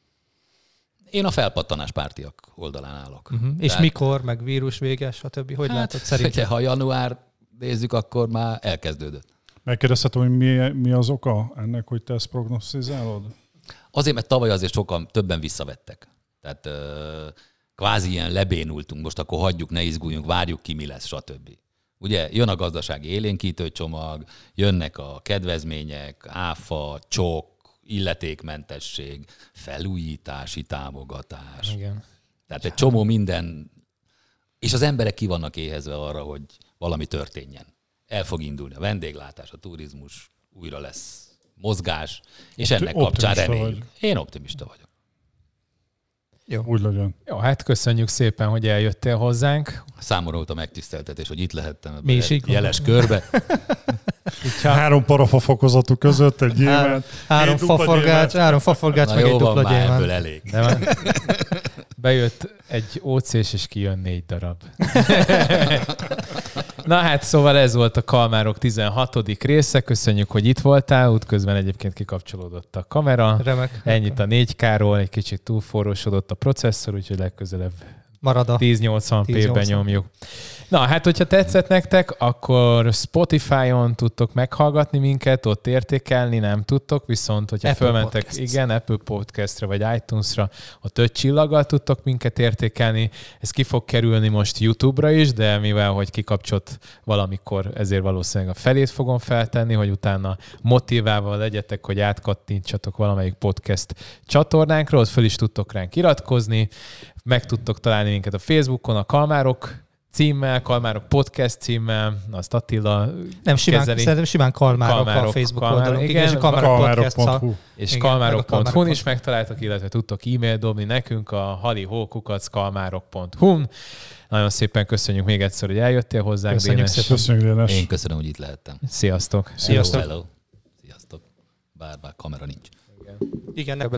Én a felpattanás pártiak oldalán állok. És mikor, meg vírus véges, stb. Hogy látod szerintem? Ha január nézzük, akkor már elkezdődött. Megkérdezhetem, hogy mi az oka ennek, hogy te ezt prognosztizálod? Azért, mert tavaly azért sokan többen visszavettek. Tehát kvázi ilyen lebénultunk, most akkor hagyjuk, ne izguljunk, várjuk ki, mi lesz, stb. Ugye jön a gazdasági élénkítő csomag, jönnek a kedvezmények, áfa, csok, illetékmentesség, felújítási támogatás. Igen. Tehát egy csomó minden, és az emberek ki vannak éhezve arra, hogy valami történjen. El fog indulni a vendéglátás, a turizmus, újra lesz mozgás, és ennek kapcsán reméljük. Én optimista vagyok. Jó. Úgy legyen. Jó, hát köszönjük szépen, hogy eljöttél hozzánk. Számomra volt a megtiszteltetés, hogy itt lehettem ebben a jeles körbe. 3 parafafokozatú között egy gyémánt. 3 faforgács, meg egy dupla gyémánt. Ebből elég. Bejött egy OC-s, és kijön 4 darab. Na hát, szóval ez volt a Kalmárok 16. része. Köszönjük, hogy itt voltál. Útközben egyébként kikapcsolódott a kamera. Remek. Ennyit a 4K-ról, egy kicsit túlforrósodott a processzor, úgyhogy legközelebb Marad a 1080p-ben nyomjuk. Na, hát hogyha tetszett nektek, akkor Spotify-on tudtok meghallgatni minket, ott értékelni nem tudtok, viszont hogyha fölmentek, Apple Podcastre vagy iTunes-ra, ott 5 csillaggal tudtok minket értékelni. Ez ki fog kerülni most YouTube-ra is, de mivel, hogy kikapcsolt valamikor, ezért valószínűleg a felét fogom feltenni, hogy utána motiválva legyetek, hogy átkattintsatok valamelyik podcast csatornánkra, ott föl is tudtok ránk iratkozni, meg tudtok találni minket a Facebookon, a Kalmárok címmel, Kalmárok Podcast címmel, azt Attila szerintem simán Kalmárok a Facebook oldalon. Igen, és Kalmárok.hu. És Kalmárok.hu-n is megtaláltok, illetve tudtok e-mailt dobni nekünk a halihó@kalmárok.hu-n. Nagyon szépen köszönjük még egyszer, hogy eljöttél hozzánk, Dénes. Köszönjük, Dénes. Én köszönöm, hogy itt lehettem. Sziasztok. Hello. Sziasztok. Bár kamera nincs. Igen,